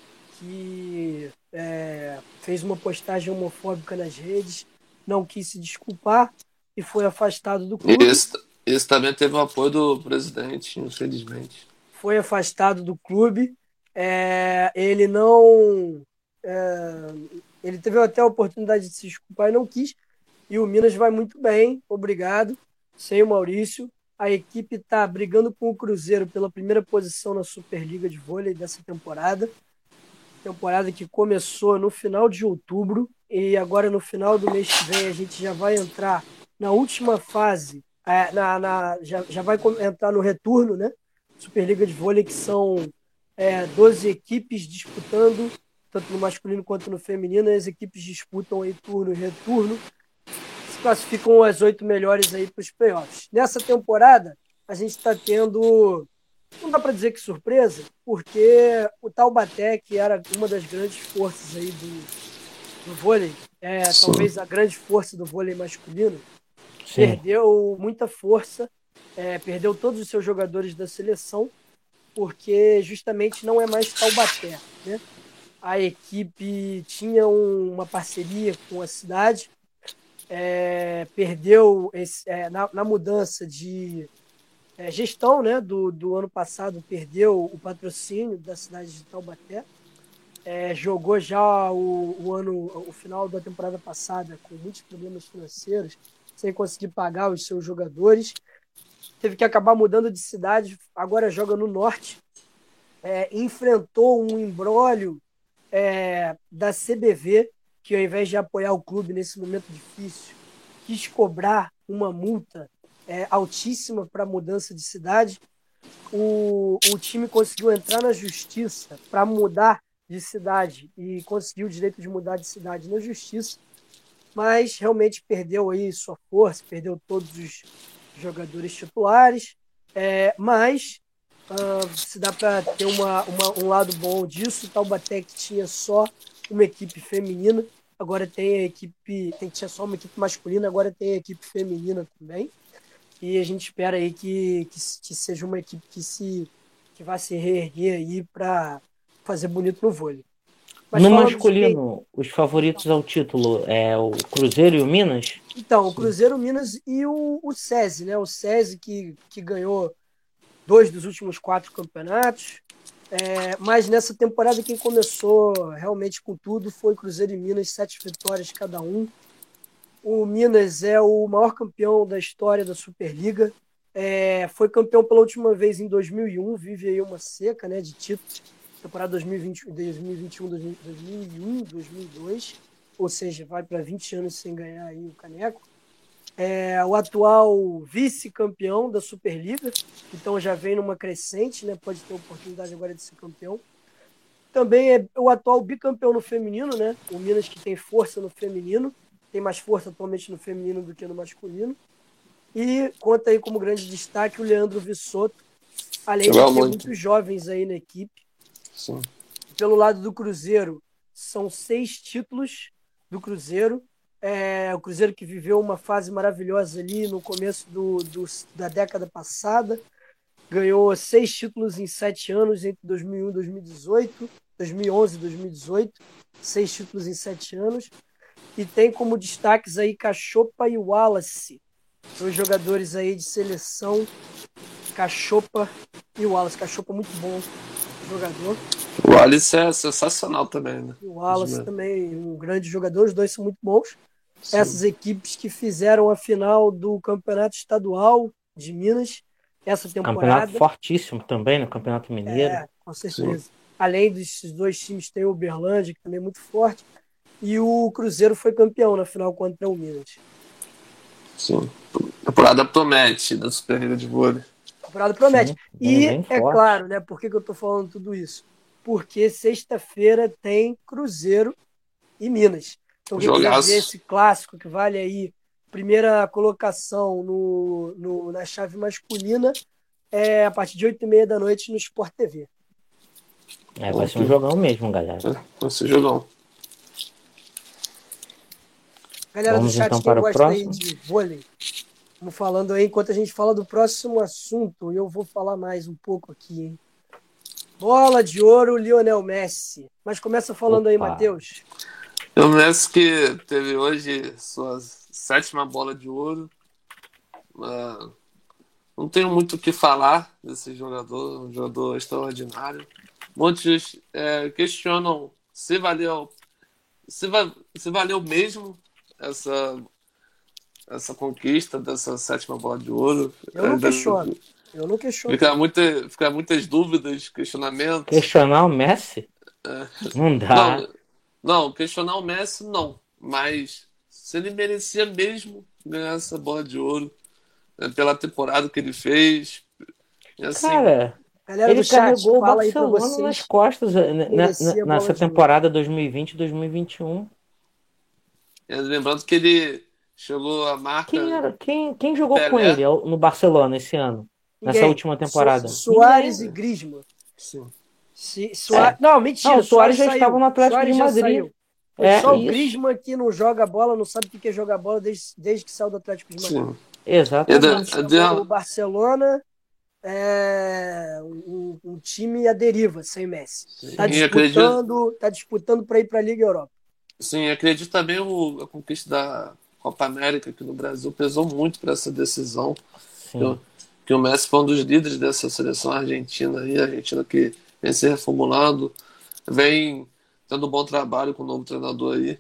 que é, fez uma postagem homofóbica nas redes, não quis se desculpar e foi afastado do E clube. esse, esse também teve o apoio do presidente, infelizmente. Foi afastado do clube. É, ele não. É, ele teve até a oportunidade de se desculpar e não quis. E o Minas vai muito bem, obrigado. Sem o Maurício. A equipe está brigando com o Cruzeiro pela primeira posição na Superliga de Vôlei dessa temporada. Temporada que começou no final de outubro e agora no final do mês que vem a gente já vai entrar na última fase, é, na, na, já, já vai entrar no retorno, né? Superliga de Vôlei, que são é, doze equipes disputando, tanto no masculino quanto no feminino. As equipes disputam aí turno e retorno. Se classificam as oito melhores aí para os playoffs. Nessa temporada, a gente está tendo, não dá para dizer que surpresa, porque o Taubaté, que era uma das grandes forças aí do, do vôlei, é, talvez a grande força do vôlei masculino, sim. perdeu muita força, é, perdeu todos os seus jogadores da seleção, porque justamente não é mais Taubaté, né? A equipe tinha um, uma parceria com a cidade, é, perdeu esse, é, na, na mudança de é, gestão, né, do, do ano passado, perdeu o patrocínio da cidade de Taubaté, é, jogou já o, o ano, o final da temporada passada com muitos problemas financeiros, sem conseguir pagar os seus jogadores, teve que acabar mudando de cidade, agora joga no norte, é, enfrentou um imbróglio é, da C B V, que ao invés de apoiar o clube nesse momento difícil, quis cobrar uma multa é, altíssima para mudança de cidade. O, o time conseguiu entrar na justiça para mudar de cidade e conseguiu o direito de mudar de cidade na justiça, mas realmente perdeu aí sua força, perdeu todos os jogadores titulares, é, mas uh, se dá para ter uma, uma, um lado bom disso, o Taubaté que tinha só uma equipe feminina, agora tem a equipe, tem, tinha só uma equipe masculina, agora tem a equipe feminina também, e a gente espera aí que, que, que seja uma equipe que, se, que vai se reerguer aí para fazer bonito no vôlei. Mas No falando de quem- masculino, os favoritos ao título é o Cruzeiro e o Minas? Então, o Cruzeiro, o Minas e o, o SESI, né? O SESI que, que ganhou dois dos últimos quatro campeonatos. É, mas nessa temporada quem começou realmente com tudo foi Cruzeiro e Minas, sete vitórias cada um. O Minas é o maior campeão da história da Superliga. É, foi campeão pela última vez em dois mil e um, vive aí uma seca, né, de títulos. Temporada dois mil e vinte, dois mil e vinte e um, dois mil e um, dois mil e dois, ou seja, vai para vinte anos sem ganhar aí o caneco. É o atual vice-campeão da Superliga, então já vem numa crescente, né? Pode ter oportunidade agora de ser campeão. Também é o atual bicampeão no feminino, né? O Minas que tem força no feminino, tem mais força atualmente no feminino do que no masculino. E conta aí como grande destaque o Leandro Vissotto, além de ter muito. muitos jovens aí na equipe. Sim. Pelo lado do Cruzeiro, são seis títulos do Cruzeiro. É, o Cruzeiro que viveu uma fase maravilhosa ali no começo do, do, da década passada. Ganhou seis títulos em sete anos, entre dois mil e um e dois mil e dezoito, dois mil e onze e dois mil e dezoito. Seis títulos em sete anos. E tem como destaques aí Cachopa e Wallace. Dois jogadores aí de seleção. Cachopa e Wallace. Cachopa muito bom jogador. O Alice é sensacional também, né? E o Wallace também, um grande jogador, os dois são muito bons. Sim. Essas equipes que fizeram a final do Campeonato Estadual de Minas, essa temporada. Campeonato fortíssimo também, no Campeonato Mineiro. É, com certeza. Sim. Além desses dois times, tem o Uberlândia, que também é muito forte, e o Cruzeiro foi campeão na final contra o Minas. Sim. Temporada promete da Superliga de Vôlei. Temporada promete. Sim, e bem é forte. claro, né? Por que, que eu tô falando tudo isso? Porque sexta-feira tem Cruzeiro e Minas. Então quem quiser Jogaço. ver esse clássico que vale aí primeira colocação no, no, na chave masculina é a partir de oito e meia da noite no Sport T V. É, vai ser um jogão mesmo, galera. Vai ser jogão. Galera Vamos do chat, então quem para o gosta aí próximo. de vôlei, vamos falando aí, enquanto a gente fala do próximo assunto, e eu vou falar mais um pouco aqui, hein? Bola de ouro, Lionel Messi. Mas começa falando aí, Opa. Matheus. O Messi que teve hoje sua sétima bola de ouro. Uh, não tenho muito o que falar desse jogador, um jogador extraordinário. Muitos é, questionam se valeu, se, va, se valeu mesmo essa, essa conquista dessa sétima bola de ouro. Eu não Ainda questiono. Eu não questiono. Fica, muita, fica muitas dúvidas, questionamentos. Questionar o Messi? É. Não dá. Não, não, questionar o Messi não. Mas se ele merecia mesmo ganhar essa bola de ouro, né, pela temporada que ele fez. E assim, Cara, Galera ele do chat, carregou o fala aí pra Barcelona nas vocês. costas né, na- merecia na- a bola nessa de ouro. temporada dois mil e vinte, dois mil e vinte e um. lembrando que ele chegou a marca. Quem, era, quem, quem jogou Pelé. com ele no Barcelona esse ano? Nessa Ninguém. última temporada? Su- Soares Ninguém. e Griezmann. Sim. Se, Soares... É. Não, mentira. Não, o Soares já saiu. estava no Atlético Soares de já Madrid. saiu. Foi É, só o isso. Griezmann que não joga bola, não sabe o que é jogar bola desde, desde que saiu do Atlético de Madrid. Sim. Exatamente. É da- O Barcelona é um, um time à deriva, sem Messi. Está Sim, acredito. disputando, tá disputando para ir para a Liga Europa. Sim, acredito também o, a conquista da Copa América aqui no Brasil pesou muito para essa decisão. Sim. Que, o- que o Messi foi um dos líderes dessa seleção argentina aí, a Argentina que vem se reformulando, vem tendo um bom trabalho com o novo treinador aí.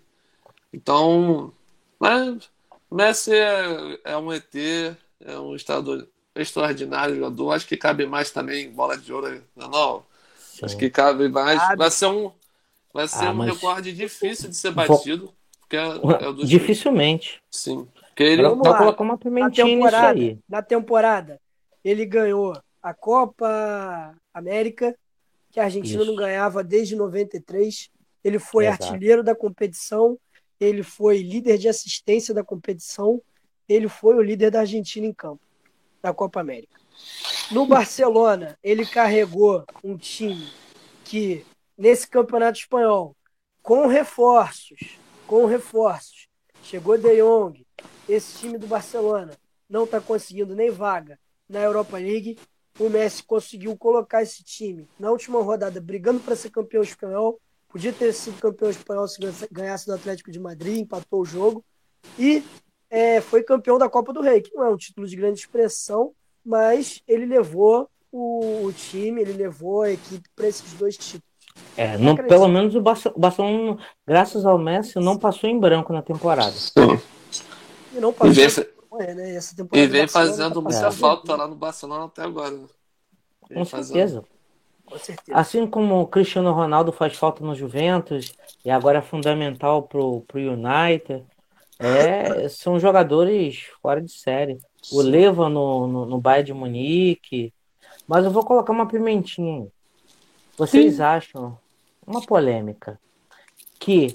Então, mas o Messi é, é um E T, é um estado extraordinário jogador. Acho que cabe mais também bola de ouro, não, não. Sim. Acho que cabe mais. Cabe. Vai ser um, vai ser Ah, um mas- recorde difícil de ser Vou- batido. Porque é, é o dos Dificilmente. Sim. Porque ele, Vamos Vou lá. colocar uma Na pimentinha nisso temporada, aí. na temporada, ele ganhou a Copa América, que a Argentina Isso. não ganhava desde noventa e três. Ele foi Exato. artilheiro da competição, ele foi líder de assistência da competição, ele foi o líder da Argentina em campo, da Copa América. No Barcelona, ele carregou um time que, nesse campeonato espanhol, com reforços, com reforços, chegou De Jong, esse time do Barcelona não está conseguindo nem vaga na Europa League. O Messi conseguiu colocar esse time na última rodada brigando para ser campeão espanhol. Podia ter sido campeão espanhol se ganhasse do Atlético de Madrid, empatou o jogo. E é, foi campeão da Copa do Rei, que não é um título de grande expressão, mas ele levou o, o time, ele levou a equipe para esses dois títulos. É, não, acredito. pelo menos o Barce- o Barcelona, graças ao Messi, não passou em branco na temporada. Sim. E não E passou. vem, É, né? Essa e temporada do vem Barcelona fazendo tá muita passando falta vergonha. lá no Barcelona até agora. Né? Vem Com fazendo- certeza. Com certeza. Assim como o Cristiano Ronaldo faz falta no Juventus e agora é fundamental pro, pro United, é, são jogadores fora de série. O Sim. Leva no, no, no Bayern de Munique. Mas eu vou colocar uma pimentinha aí. Vocês acham, uma polêmica, que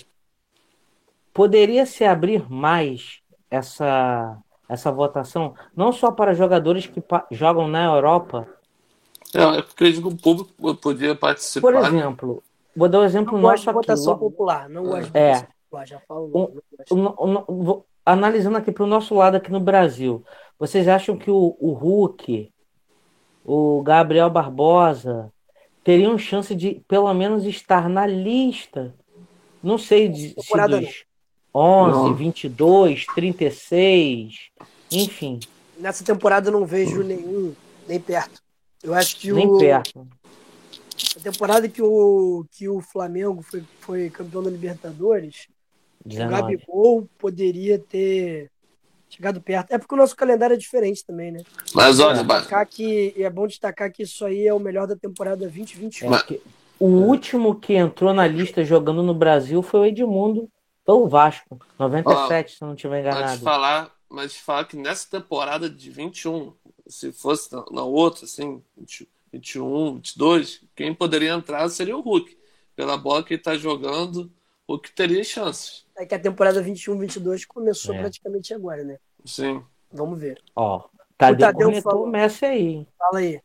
poderia se abrir mais essa, essa votação, não só para jogadores que pa- jogam na Europa? É, eu acredito que o público podia participar. Por né? exemplo, vou dar um exemplo Não gosto nosso de aqui. votação Lo- popular. Não gosto de É. votação popular. Já falo logo. não gosto. o no- o no- vou- Analisando aqui para o nosso lado aqui no Brasil, vocês acham que o, o Hulk, o Gabriel Barbosa, teriam chance de pelo menos estar na lista? Não sei de- se Temporada dos onze, Não. vinte e dois, trinta e seis, enfim, Nessa temporada eu não vejo nenhum, nem perto. Eu acho que nem o, perto. a temporada que o, que o Flamengo foi, foi campeão da Libertadores, o dezenove. Gabigol poderia ter chegado perto. É porque o nosso calendário é diferente também, né? Mas É olha, bom destacar que, é bom destacar que isso aí é o melhor da temporada vinte e vinte e um. É, porque o último que entrou na lista jogando no Brasil foi o Edmundo pelo Vasco, noventa e sete, se eu não estiver mas te enganado. falar, mas te falar que nessa temporada de vinte e um, se fosse na, na outra, assim, vinte, vinte e um, vinte e dois, quem poderia entrar seria o Hulk. Pela bola que ele tá jogando, o que teria chances. É que a temporada vinte e um, vinte e dois começou É. praticamente agora, né? Sim. Vamos ver. Ó, O Tadeu Tadeu cornetou falou. o Messi aí, hein? Fala aí.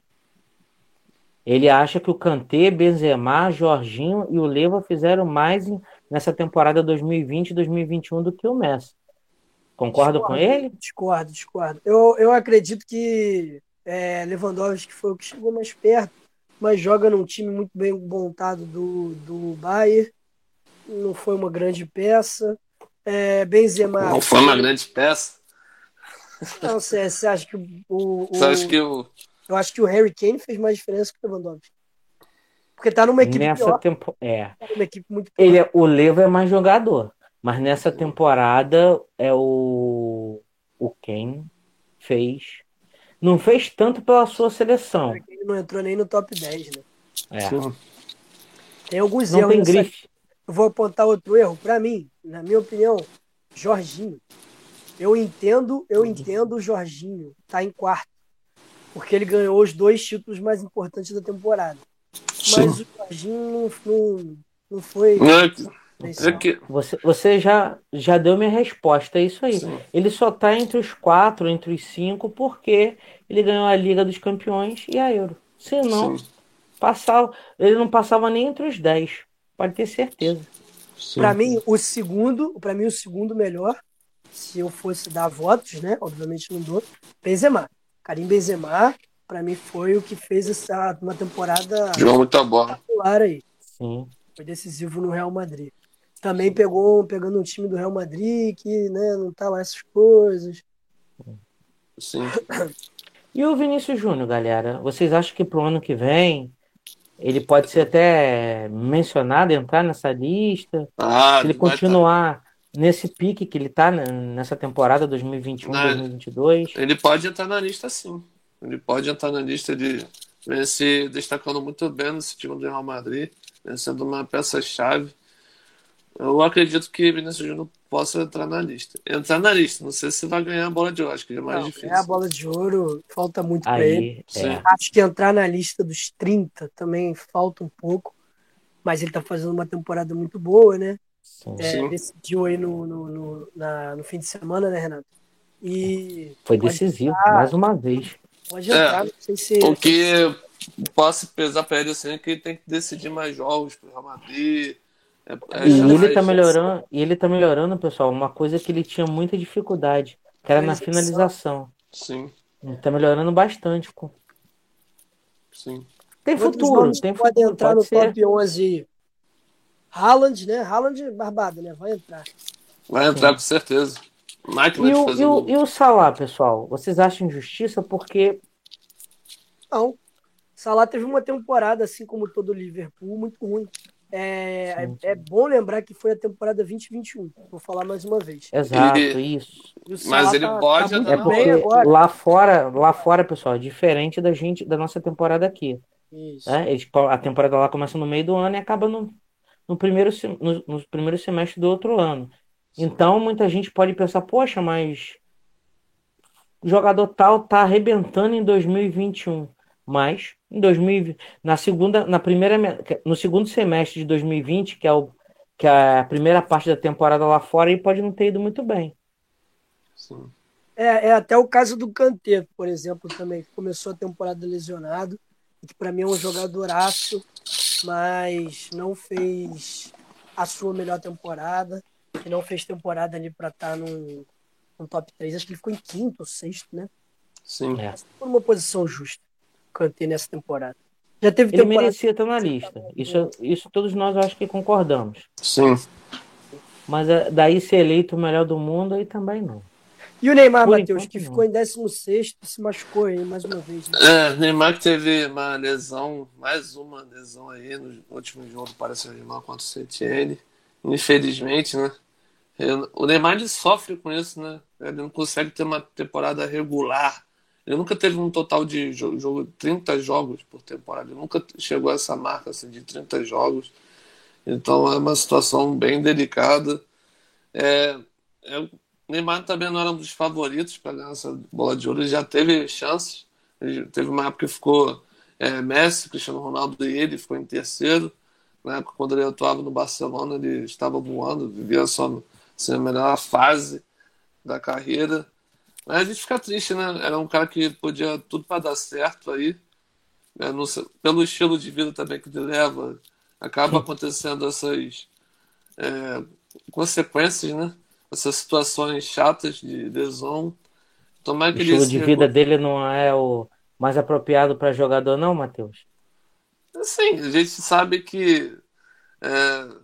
Ele acha que o Kanté, Benzema, Jorginho e o Leva fizeram mais em- nessa temporada dois mil e vinte e dois mil e vinte e um do que o Messi. Concorda com Discordo, ele? discordo, discordo. Eu, eu acredito que é, Lewandowski foi o que chegou mais perto, mas joga num time muito bem montado do, do Bayern. Não foi uma grande peça. É, Benzema. Não foi uma grande peça. Não, você, você acha que o, o, Você acha o- que o. Eu acho que o Harry Kane fez mais diferença que o Lewandowski. Porque tá numa equipe Nessa pior, temporada. É. tá numa equipe muito Ele pior. é... O Leva é mais jogador. Mas nessa temporada é o. O Kane fez. Não fez tanto pela sua O seleção. Harry Kane não entrou nem no top dez, né? É. Sim. Tem alguns Não erros tem nessa. grife. Eu vou apontar outro erro. Pra mim, na minha opinião, Jorginho. Eu entendo, eu entendo o Jorginho tá em quarto. Porque ele ganhou os dois títulos mais importantes da temporada. Mas Sim. o Jorginho não, não, não foi. Não, é que- é especial. que. Você, você já, já deu minha resposta, é isso aí. Sim. Ele só tá entre os quatro, entre os cinco, porque ele ganhou a Liga dos Campeões e a Euro. Se não, Sim. passava, ele não passava nem entre os dez. Pode ter certeza. Sim. Pra mim, o segundo, para mim o segundo melhor, se eu fosse dar votos, né? Obviamente não dou. Benzema. Karim Benzema, pra mim foi o que fez essa uma temporada Jogou muita bola. popular aí. Sim. Foi decisivo no Real Madrid. Também pegou pegando um time do Real Madrid que, né, não tá lá essas coisas. Sim. E o Vinícius Júnior, galera? Vocês acham que pro ano que vem ele pode ser até mencionado, entrar nessa lista? Ah, Se ele vai tá. continuar nesse pique que ele tá né, nessa temporada dois mil e vinte e um, Na- dois mil e vinte e dois? Ele pode entrar na lista, sim. Ele pode entrar na lista de vem se destacando muito bem nesse time do Real Madrid, vem sendo uma peça-chave. Eu acredito que Vinícius Júnior possa entrar na lista. Entrar na lista, não sei se vai ganhar a bola de ouro, acho que é mais Não, difícil. é a bola de ouro, falta muito pra ele. Aí, Sim. é. Acho que entrar na lista dos trinta também falta um pouco, mas ele tá fazendo uma temporada muito boa, né? Sim. É, Sim. decidiu aí no, no, no, na- no fim de semana, né, Renato? E Foi pode decisivo, entrar, mais uma vez. pode entrar, É, não sei se. o que possa pesar para ele assim, é que ele tem que decidir mais jogos pro Real Madrid. É, é E já ele tá mais. melhorando, e ele tá melhorando, pessoal, uma coisa que ele tinha muita dificuldade, que era na finalização. Sim, Ele tá melhorando bastante. pô. sim. Tem Outros futuro, nomes que tem podem futuro, entrar pode no ser. top onze. Haaland, né? Haaland barbado, né? Vai entrar. Vai entrar com certeza. Máquina E de o, fazer e, o, gol. e o Salah, pessoal? Vocês acham injustiça? Porque Não. Salah teve uma temporada, assim como todo o Liverpool, muito ruim. É, Sim. é, é bom lembrar que foi a temporada vinte e vinte e um. Vou falar mais uma vez. Exato, E- isso. E o Mas Salah ele tá, pode tá muito É entrar na bem porque roda. agora. lá fora, lá fora, pessoal, é diferente da gente, da nossa temporada aqui. Isso. Né? Eles, a temporada lá começa no meio do ano e acaba no, no primeiro, se- no, no primeiro semestre do outro ano. Então, muita gente pode pensar, poxa, mas o jogador tal tá arrebentando em dois mil e vinte e um. Mas em dois mil e vinte, na segunda, na primeira, me- no segundo semestre de dois mil e vinte, que é o que é a primeira parte da temporada lá fora, ele pode não ter ido muito bem. Sim. É, é até o caso do Kanté, por exemplo, também, que começou a temporada lesionado, e que para mim é um jogadoraço, mas não fez a sua melhor temporada, e não fez temporada ali para estar num, num top três. Acho que ele ficou em quinto ou sexto, né? Sim. É. Por uma posição justa, o Kanté nessa temporada. Já teve Ele temporada. merecia estar na lista. Isso, isso todos nós acho que concordamos. Sim. Mas é, daí ser eleito o melhor do mundo aí também não. E o Neymar, Por Matheus, enquanto, que não. ficou em décimo sexto e se machucou aí mais uma vez. Né? É, Neymar que teve uma lesão, mais uma lesão aí no último jogo do Paris Saint-Germain contra o Saint-Étienne. Infelizmente, né? Ele- O Neymar ele sofre com isso, né? Ele não consegue ter uma temporada regular. Ele nunca teve um total de jo- jogo, trinta jogos por temporada. Ele nunca chegou a essa marca assim, de trinta jogos. Então é uma situação bem delicada. É, é, o Neymar também não era um dos favoritos para ganhar essa bola de ouro. Ele já teve chances. Ele teve uma época que ficou é, Messi, Cristiano Ronaldo e ele ficou em terceiro. Na época, quando ele atuava no Barcelona, ele estava voando, vivia a sua, sua melhor fase da carreira. Mas a gente fica triste, né? Era um cara que podia tudo para dar certo aí, né? Não sei- pelo estilo de vida também que ele leva, acaba acontecendo essas é, consequências, né? Essas situações chatas de lesão. Tomara O que ele estilo se de vida recu... dele não é o mais apropriado para jogador, não, Matheus? Assim, a gente sabe que é,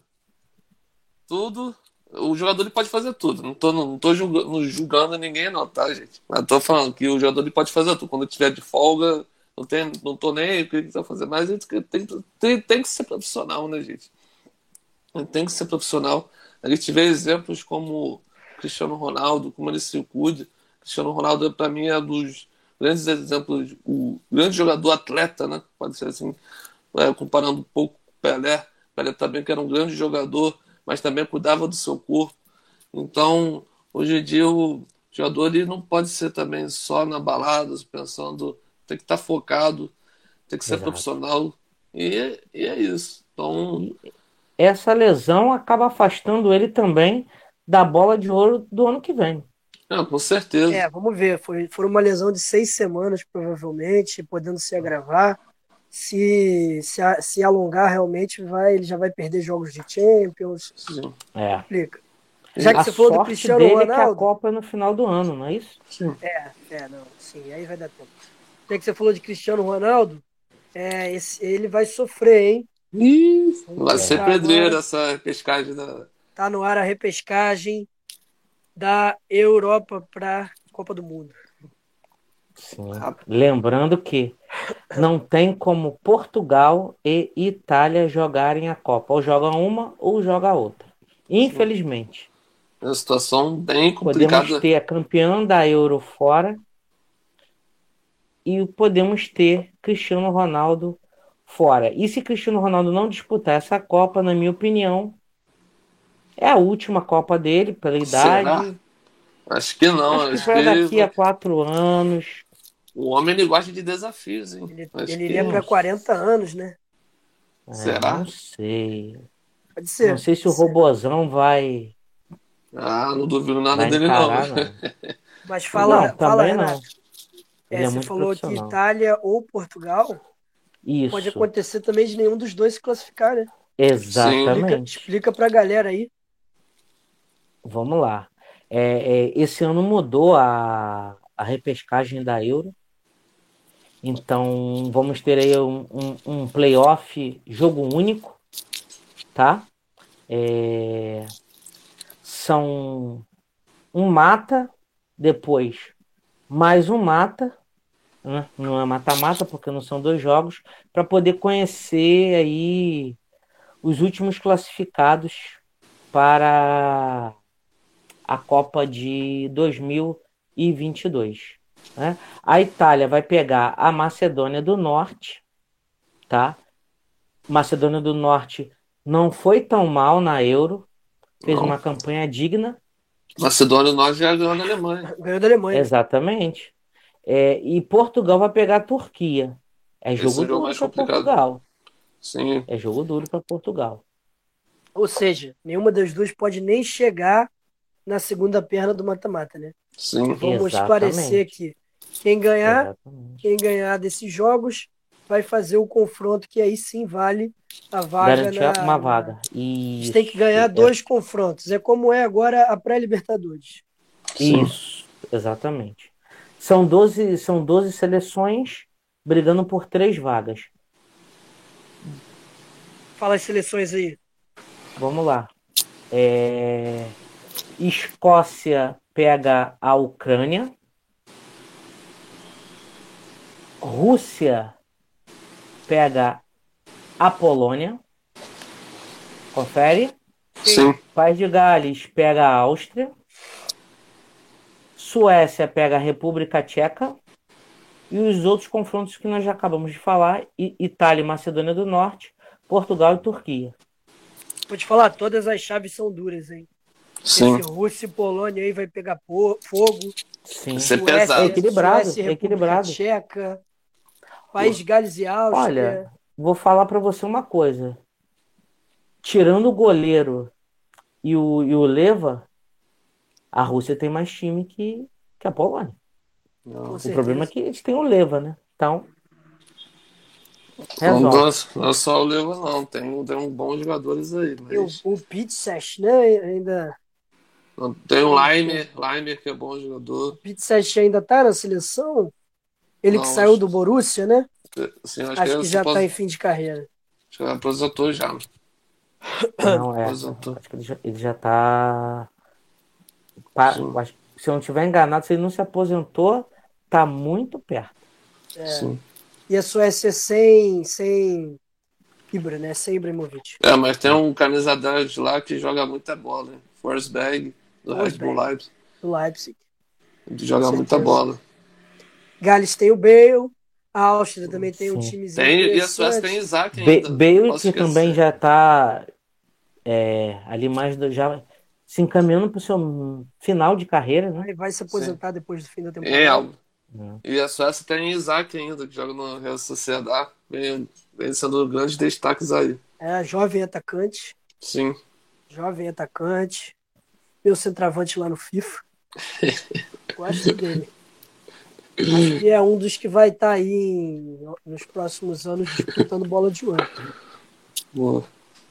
tudo. O jogador ele pode fazer tudo. Não tô, não tô julgando, julgando ninguém, não, tá, gente? Mas tô falando que o jogador ele pode fazer tudo. Quando ele tiver de folga, não, tem, não tô nem aí o que ele quiser fazer. Mas ele tem, tem, tem que ser profissional, né, gente? Ele tem que ser profissional. A gente vê exemplos como Cristiano Ronaldo, como ele se cuida. Cristiano Ronaldo, para mim, é um dos grandes exemplos, o grande jogador atleta, né? Pode ser assim, é, comparando um pouco com o Pelé. Pelé também que era um grande jogador, mas também cuidava do seu corpo. Então, hoje em dia, o jogador ele não pode ser também só na balada, pensando, tem que estar focado, tem que ser Exato. profissional, e, e é isso. Então, E essa lesão acaba afastando ele também da bola de ouro do ano que vem. é, com certeza. É, vamos ver. Foi, foi uma lesão de seis semanas, provavelmente, podendo se agravar. Se, se, a- se alongar, realmente, vai, ele já vai perder jogos de Champions. Sim. É. Complica. Já que A você falou do sorte Cristiano dele é que a Ronaldo. Copa é no final do ano, não é isso? Sim. É, é, não, sim, aí vai dar tempo. Já que você falou de Cristiano Ronaldo, é, esse, ele vai sofrer, hein? Ih, Vamos vai ser buscar pedreiro agora. essa pescagem da. Tá no ar a repescagem da Europa para Copa do Mundo. Sim. Rapaz, Lembrando que não tem como Portugal e Itália jogarem a Copa. Ou joga uma ou joga a outra. Infelizmente. é uma situação bem Podemos complicada. ter a campeã da Euro fora e podemos ter Cristiano Ronaldo fora. E se Cristiano Ronaldo não disputar essa Copa, na minha opinião, é a última Copa dele pela Será? idade. Acho que não. Acho que Acho para que daqui a quatro anos. o homem ele gosta de desafios, hein? Ele, Acho ele iria que. Não, para quarenta anos, né? é, não Será? sei. Pode Não ser. sei se o Robozão vai, Ah, não duvido nada vai dele, não. encarar, não. Mas Não, fala, fala, também Renato. não. É, Ele é você muito falou que profissional. Itália ou Portugal pode Isso, acontecer também de nenhum dos dois se classificar, né? Sim. Explica, exatamente. explica pra galera aí. Vamos lá. É, é, esse ano mudou a, a repescagem da Euro. Então vamos ter aí um, um, um playoff jogo único, tá? É, são um mata, depois mais um mata, né? Não é mata-mata porque não são dois jogos, para poder conhecer aí os últimos classificados para a Copa de dois mil e vinte e dois, né? A Itália vai pegar a Macedônia do Norte, tá? Macedônia do Norte não foi tão mal na Euro, fez Não. uma campanha digna, Macedônia nós já ganhou na Alemanha. Ganhou da Alemanha. exatamente. É, e Portugal vai pegar a Turquia. É Esse é jogo o jogo duro mais para complicado. Portugal. Sim, É jogo duro para Portugal. Ou seja, nenhuma das duas pode nem chegar na segunda perna do mata-mata, né? sim. Vamos esclarecer Exatamente. aqui. Quem ganhar, Exatamente. quem ganhar desses jogos vai fazer o confronto que aí sim vale a vaga Garantir uma na, na... vaga. Eles têm que ganhar Isso. É, dois confrontos. É como é agora a pré-Libertadores. Sim. isso. Exatamente. São doze, são doze seleções brigando por três vagas. Fala as seleções aí. Vamos lá. É, Escócia pega a Ucrânia. Rússia pega a Polônia. Confere. Sim. País de Gales pega a Áustria. Suécia pega a República Tcheca. E os outros confrontos que nós já acabamos de falar: Itália e Macedônia do Norte, Portugal e Turquia. Vou te falar, todas as chaves são duras, hein? Sim. Esse Rússia e Polônia aí vai pegar po- fogo. Sim. Vai ser Suécia, É pesado. equilibrado, Suécia e é República equilibrado. Tcheca. País de Gales e Áustria. Olha, vou falar para você uma coisa. tirando o goleiro e o, e o Leva, a Rússia tem mais time que, que a Polônia. Não, O problema é certeza. que eles têm o Leva, né? Então, não, resolve. não é só o Leva, não. Tem, tem uns bons jogadores aí, E o, mas. o Pitsech, né? Ainda. Não, tem o Laimer, Laimer que é bom jogador. O Pitsech ainda tá na seleção? Ele que Não, saiu acho, do Borussia, né? assim, acho que Acho ele que se já tá apos- em fim de carreira. acho que ele aposentou já. Não, é. Aposentou. Acho que ele já, ele já tá. pa- Sim, acho- Se eu não estiver enganado, se ele não se aposentou, tá muito perto. sim. E a Suécia é sem, sem Ibra, né? Sem Ibrahimovic. É, mas tem um camisa dez lá que joga muita bola, hein? Forsberg, do Red Bull Forsberg, Leipzig. do Leipzig. Ele joga Com muita certeza. bola. Gales tem o Bale. A Áustria também tem um Sim. timezinho Tem, e a Suécia tem interessante. Isaac Ba- ainda. Não Bale, posso que também esquecer. já tá é, ali mais do- já se encaminhando para o seu final de carreira, né? Aí vai se Sim. aposentar depois do fim da É, temporada. É. e a Suécia tem Isaac ainda, que joga no Real Sociedad. Vem, vem sendo grandes destaques aí. É, jovem atacante. Sim. Jovem atacante. Meu centroavante lá no FIFA. Gosto dele. Acho que é um dos que vai estar aí em- nos próximos anos disputando bola de ouro. Boa.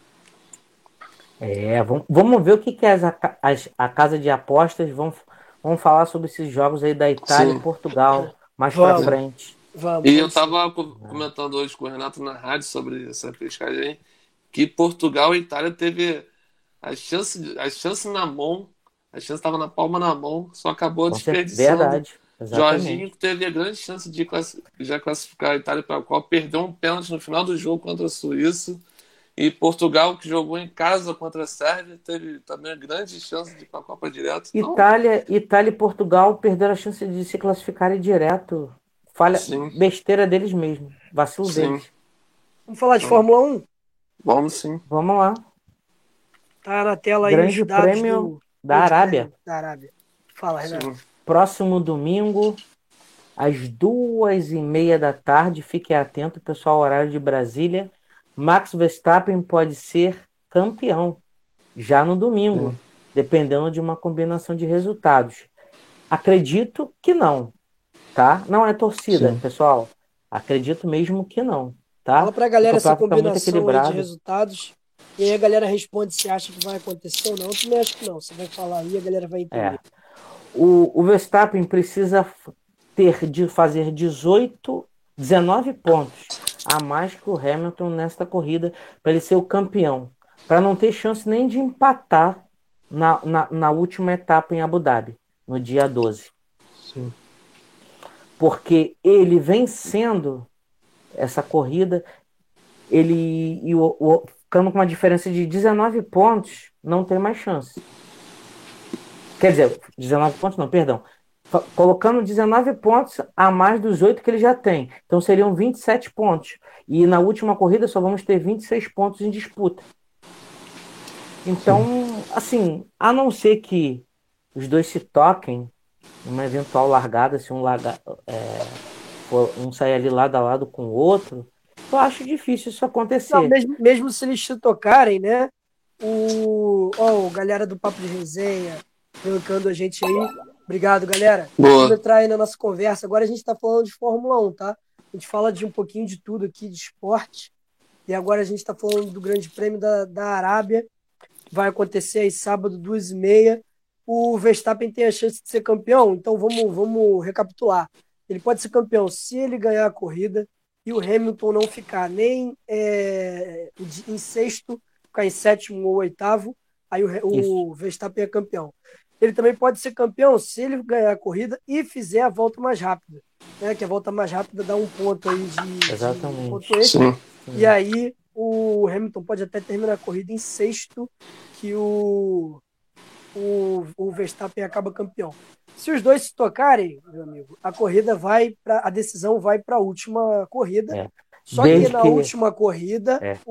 É, vamos, vamos ver o que, que as, aca- as- a casa de apostas vão, vão falar sobre esses jogos aí da Itália Sim. e Portugal mais pra Vamos. frente. Vamos, E eu vamos sim. tava co- comentando hoje com o Renato na rádio sobre essa pescagem aí, que Portugal e Itália teve a chance, de- a chance na mão, a chance estava na palma na mão, só acabou Com certeza, desperdiçando. verdade, Jorginho exatamente. teve a grande chance de classi- já classificar a Itália para a Copa, perdeu um pênalti no final do jogo contra a Suíça. E Portugal, que jogou em casa contra a Sérvia, teve também a grande chance de ir para a Copa direto. Então, Itália, Itália e Portugal perderam a chance de se classificarem direto. Falha, sim, besteira deles mesmo, vacilo sim. deles. Vamos falar de Então, Fórmula um? vamos sim. Vamos lá. Tá na tela aí Grande os dados Prêmio do da Grande Arábia. Prêmio da Arábia. Fala, Renato. Sim. Próximo domingo, às duas e meia da tarde. Fique atento, pessoal, horário de Brasília. Max Verstappen pode ser campeão já no domingo, Sim. dependendo de uma combinação de resultados. Acredito que não, tá? Não é torcida, Sim. pessoal. Acredito mesmo que não, tá? Fala pra O galera essa campeonato tá muito combinação aí de equilibrado. resultados. E aí a galera responde se acha que vai acontecer ou não. Eu também acho que não. Você vai falar aí, a galera vai entender. É. O, o Verstappen precisa f- ter de fazer dezoito, dezenove pontos a mais que o Hamilton nesta corrida para ele ser o campeão. Para não ter chance nem de empatar na, na, na última etapa em Abu Dhabi, no dia doze. Sim. Porque ele vencendo essa corrida, ele e o, o- ficando com uma diferença de dezenove pontos, não tem mais chance. Quer dizer, dezenove pontos não, perdão. Fa- Colocando dezenove pontos a mais dos oito que ele já tem. Então seriam vinte e sete pontos. E na última corrida só vamos ter vinte e seis pontos em disputa. Então, assim, a não ser que os dois se toquem, numa eventual largada, se um, larga, é, for um sair ali lado a lado com o outro, eu acho difícil isso Não, acontecer. mesmo, mesmo se eles se tocarem, né? O, ó, o galera do Papo de Resenha, colocando a gente aí. Obrigado, galera. Boa. Vamos entrar aí na nossa conversa. Agora a gente está falando de Fórmula um, tá? A gente fala de um pouquinho de tudo aqui, de esporte. E agora a gente está falando do Grande Prêmio da, da Arábia. Vai acontecer aí sábado, duas e meia. O Verstappen tem a chance de ser campeão, então vamos, vamos recapitular. Ele pode ser campeão se ele ganhar a corrida e o Hamilton não ficar nem é, em sexto, ficar em sétimo ou oitavo, aí o, o Verstappen é campeão. Ele também pode ser campeão se ele ganhar a corrida e fizer a volta mais rápida, né? Que a volta mais rápida dá um ponto aí de, Exatamente. de ponto extra. Sim. E aí o Hamilton pode até terminar a corrida em sexto, que o, o, o Verstappen acaba campeão. Se os dois se tocarem, meu amigo, a corrida vai para a decisão vai para a última corrida. É. Só Desde que na que- última corrida, É.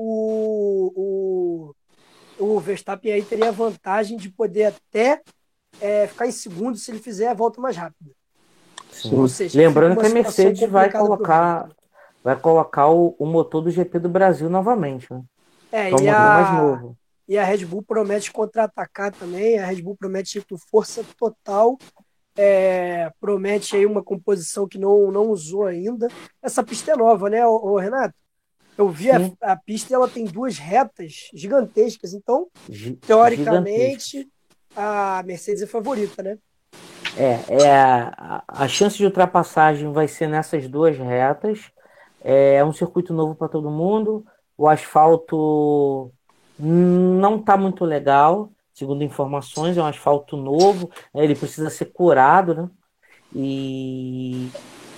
o, o, o Verstappen aí teria a vantagem de poder até é, ficar em segundo se ele fizer a volta mais rápida. Sim. Ou seja, Lembrando fica que a uma situação Mercedes vai complicada pro colocar, Hamilton. vai colocar o, o motor do G P do Brasil novamente, né? É, que é um e motor mais a, novo. e a Red Bull promete contra-atacar também. A Red Bull promete ir com força total. É, promete aí uma composição que não, não usou ainda. Essa pista é nova, né, ô, ô, Renato? Eu vi a, Sim, a pista e ela tem duas retas gigantescas. Então, gi- gigantesco. teoricamente, a Mercedes é favorita, né? É, é a, a chance de ultrapassagem vai ser nessas duas retas. É um circuito novo para todo mundo. O asfalto não está muito legal, segundo informações, é um asfalto novo, né, ele precisa ser curado, né? E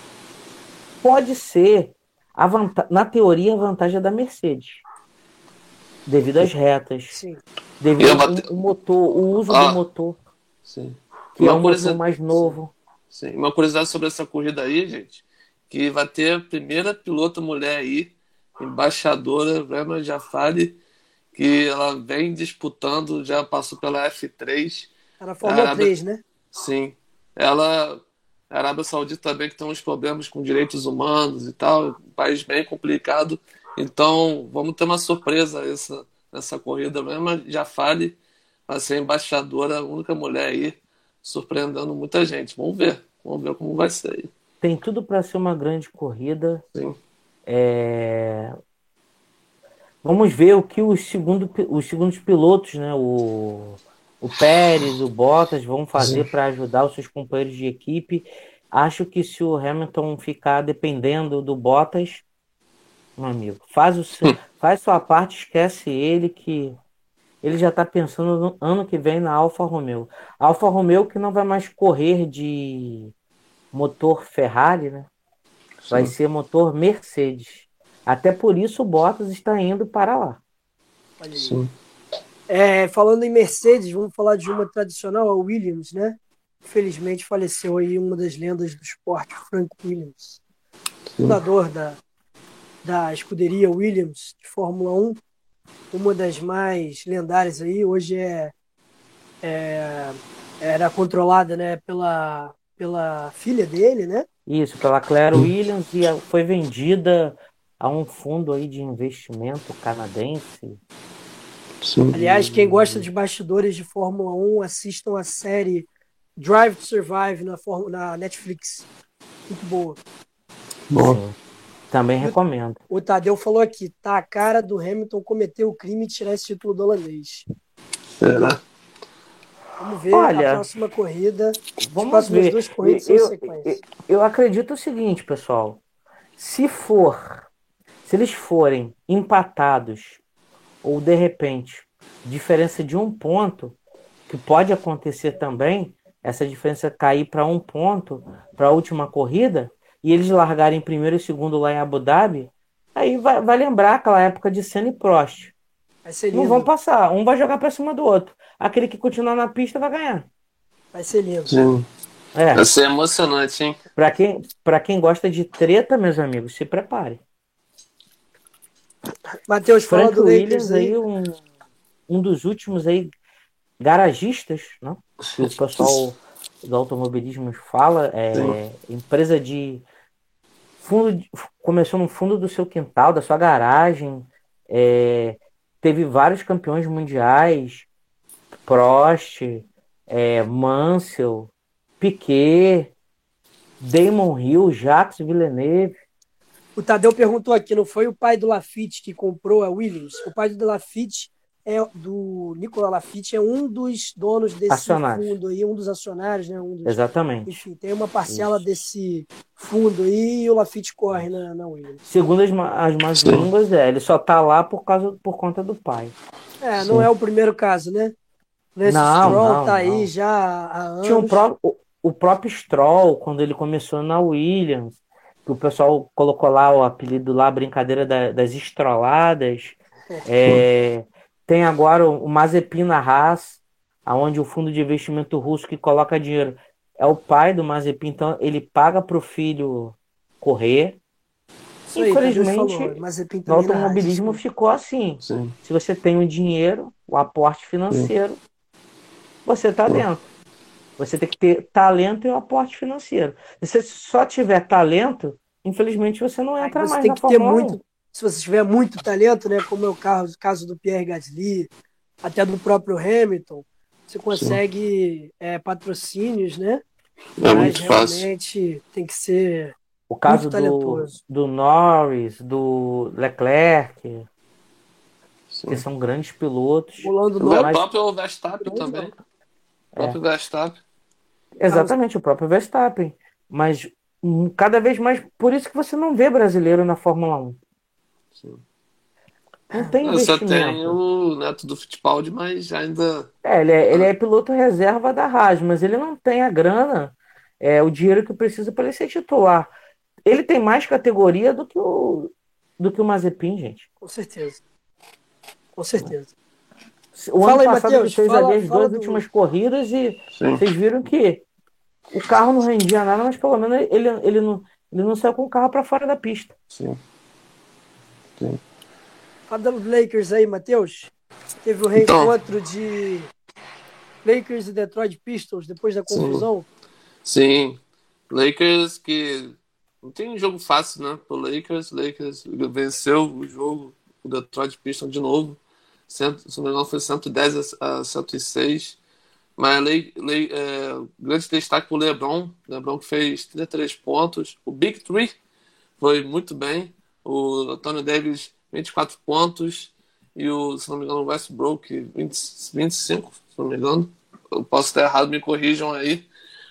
pode ser, a vanta- na teoria, a vantagem é da Mercedes, devido às retas, Sim. E devido eu ao bate... o motor, o uso do ah, motor, sim. que é Uma um motor curiosidade, mais sim, novo. sim. Uma curiosidade sobre essa corrida aí, gente, que vai ter a primeira piloto mulher aí, embaixadora Rema Jafari, que ela vem disputando, já passou pela F três. Tá na A Fórmula Arábia, três, né? sim, ela, a Arábia Saudita também que tem uns problemas com direitos humanos e tal, um país bem complicado. Então, vamos ter uma surpresa essa, nessa corrida mesmo. Jafari vai ser embaixadora, a única mulher aí, surpreendendo muita gente. Vamos ver, vamos ver como vai ser aí. Tem tudo para ser uma grande corrida. Sim, É, Vamos ver o que os, segundo, os segundos pilotos, né? O, o Pérez, o Bottas vão sim, fazer para ajudar os seus companheiros de equipe. Acho que se o Hamilton ficar dependendo do Bottas, meu amigo, faz, o, seu- faz sua parte, esquece ele, que ele já está pensando no ano que vem na Alfa Romeo. A Alfa Romeo que não vai mais correr de motor Ferrari, né? Vai sim. ser motor Mercedes. Até por isso o Bottas está indo para lá. Olha aí. Sim. É, falando em Mercedes, vamos falar de uma tradicional, a Williams, né? Infelizmente faleceu aí uma das lendas do esporte, Frank Williams, Sim. fundador da, da escuderia Williams de Fórmula um, uma das mais lendárias aí. Hoje é, é era controlada, né, pela, pela filha dele, né? Isso, pela Claire Williams e a- foi vendida a um fundo aí de investimento canadense. Sim. Aliás, quem gosta E de bastidores de Fórmula um, assistam a série Drive to Survive na, Fórmula- na Netflix. Muito boa. Bom. sim, também E o, recomendo. o Tadeu falou aqui, tá a cara do Hamilton cometer o crime de tirar esse título do holandês. Será? Vamos ver a Olha, próxima corrida. As vamos próximas ver. duas corridas E- são em Eu, eu, sequência. eu acredito o seguinte, pessoal. Se for, se eles forem empatados ou de repente diferença de um ponto, que pode acontecer também, essa diferença cair para um ponto para a última corrida, e eles largarem primeiro e segundo lá em Abu Dhabi, aí vai, vai lembrar aquela época de Senna e Prost. Vai ser Não vão lindo. passar, um vai jogar para cima do outro. Aquele que continuar na pista vai ganhar. Vai ser lindo. Sim. Vai É, ser emocionante, hein? para quem, para quem gosta de treta, meus amigos, se prepare. Matheus, fala Frank do Lakers Williams aí. aí, um, um dos últimos aí garagistas, né? Que o pessoal do automobilismo fala, Sim. é empresa de fundo, de- começou no fundo do seu quintal, da sua garagem, é, teve vários campeões mundiais, Prost, é, Mansell, Piquet, Damon Hill, Jacques Villeneuve. O Tadeu perguntou aqui, não foi o pai do Lafitte que comprou a Williams? O pai do Lafitte é do Nicolas Lafitte, é um dos donos desse Acionários. fundo aí, um dos acionários, né? Um dos, Exatamente. enfim, tem uma parcela Isso. desse fundo aí e o Lafitte corre na, na Williams. Segundo as, ma- as más Sim. línguas, é, ele só tá lá por causa, por conta do pai. É, não Sim. é o primeiro caso, né? Lance Não, Stroll não, tá aí não. já há Tinha o, anos. pró o, o próprio Stroll, quando ele começou na Williams, que o pessoal colocou lá o apelido lá, a brincadeira da- das estroladas. É, tem agora o, o Mazepin na Haas, aonde o fundo de investimento russo que coloca dinheiro é o pai do Mazepin, então ele paga para o filho correr. Isso aí, Tadeu falou. Infelizmente, Mazepin no também na Haas. automobilismo Isso ficou assim. Sim. Se você tem o dinheiro, o aporte financeiro, você está Sim. dentro. Você tem que ter talento e o aporte financeiro. Se você só tiver talento, infelizmente você não aí entra você mais tem na que ter Fórmula um. muito, se você tiver muito talento, né, como é o caso, caso do Pierre Gasly, até do próprio Hamilton, você consegue é, patrocínios, né? É Mas muito fácil. realmente tem que ser O caso muito do, talentoso. do Norris, do Leclerc, que Sim. são grandes pilotos, Pulando O nome, mas próprio Verstappen grande também. não. O próprio Verstappen. exatamente o próprio Verstappen. Mas hum, cada vez mais, por isso que você não vê brasileiro na Fórmula Um. Sim. Não tem Só tem investimento. o Neto do Fittipaldi, mas ainda. É, ele é, ele Ah, é piloto reserva da Haas, mas ele não tem a grana, é, o dinheiro que precisa para ele ser titular. Ele tem mais categoria do que o, do que o Mazepin, gente. Com certeza. Com certeza. O ano Fala aí, passado ele Matheus. fez ali Fala, as fala duas do. últimas corridas e sim, vocês viram que o carro não rendia nada, mas pelo menos ele, ele, não, ele não saiu com o carro para fora da pista. sim, sim. Fala do Lakers aí, Matheus. Teve o Então, reencontro de Lakers e Detroit Pistons depois da sim, confusão. sim. Lakers que não tem um jogo fácil, né? Pro Lakers. Lakers venceu o jogo, o Detroit Pistons de novo. Cento, se não me engano, foi cento e dez a cento e seis. Mas Le, Le, é, grande destaque pro LeBron. LeBron que fez trinta e três pontos. O Big Three foi muito bem. O Anthony Davis, vinte e quatro pontos. E o, se não me engano, o Westbrook, vinte, vinte e cinco, se não me engano. Eu posso estar errado, me corrijam aí.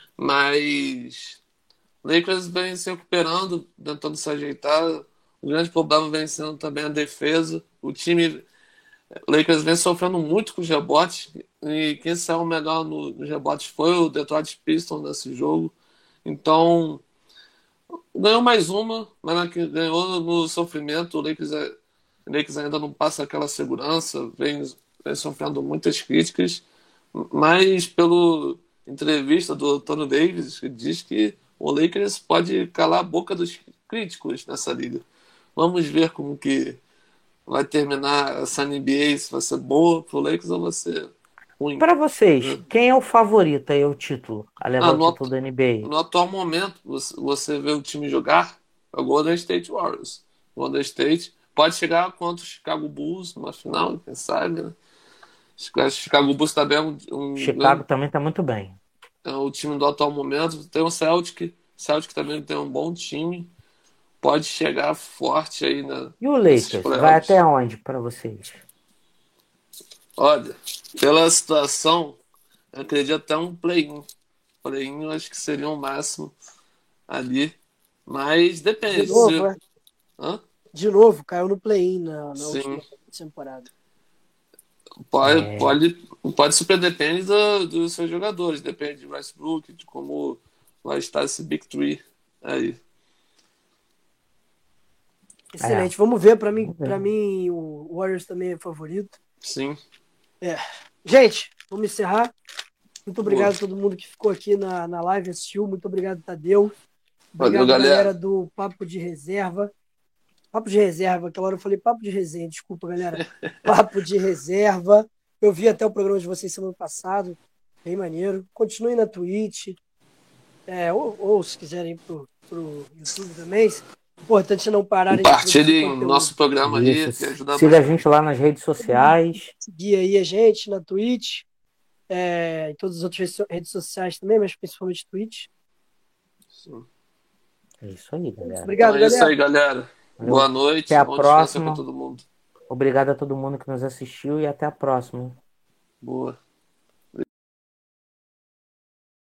Mas Lakers vem se recuperando, tentando se ajeitar. O grande problema vem sendo também a defesa. O time Lakers vem sofrendo muito com os rebotes. E quem saiu melhor no- nos rebotes foi o Detroit Pistons nesse jogo. Então, ganhou mais uma, mas na que ganhou no sofrimento. O Lakers, é- o Lakers ainda não passa aquela segurança, vem, vem sofrendo muitas críticas. Mas, pelo entrevista do Anthony Davis, que diz que o Lakers pode calar a boca dos críticos nessa liga. Vamos ver como que vai terminar essa N B A, se vai ser boa pro Lakers ou vai ser ruim. Para vocês, Né? quem é o favorito aí, o título, a levar Ah, o no, título atu- da N B A? no atual momento, você, você vê o time jogar, é o Golden State Warriors. O Golden State pode chegar contra o Chicago Bulls numa final, quem sabe, né? O Chicago Bulls também é um, um Chicago grande, também está muito bem. é o time do atual momento. Tem o Celtic, Celtic também tem um bom time, pode chegar forte aí na, E o nesses Lakers, vai até playoffs. onde para vocês? Olha, pela situação, eu acredito até um play-in. Play-in eu acho que seria o máximo ali. Mas De depende. novo, Se... é? Hã? De novo, caiu no play-in na, na Sim, última temporada. pode, É, pode, pode super depende do- dos seus jogadores. Depende de Westbrook, de como vai estar esse Big Three aí. é, Excelente. Vamos ver. Para mim, vamos ver. para mim, o Warriors também é favorito. Sim, É. Gente, vamos encerrar. Muito boa. obrigado a todo mundo que ficou aqui na, na live, assistiu. Muito obrigado, Tadeu. Valeu, Obrigado, galera galera. do Papo de Reserva. Papo de Reserva, aquela hora eu falei Papo de Resenha, desculpa, galera. Papo de Reserva. Eu vi até o programa de vocês semana passada, bem maneiro. Continuem na Twitch, é, ou, ou se quiserem ir pro, pro YouTube também. Importante é não pararem de produzir Compartilhem o conteúdo. nosso programa aí, que Isso. ajuda Siga a gente bastante. lá nas redes sociais. Seguir aí a gente na Twitch, é, em todas as outras redes sociais também, mas principalmente Twitch. Sim. É isso aí, galera. Obrigado, Então é isso galera. aí, galera. Valeu. Boa Até noite, a bom descanso aí pra próxima. todo mundo. Obrigado a todo mundo que nos assistiu e até a próxima. Boa.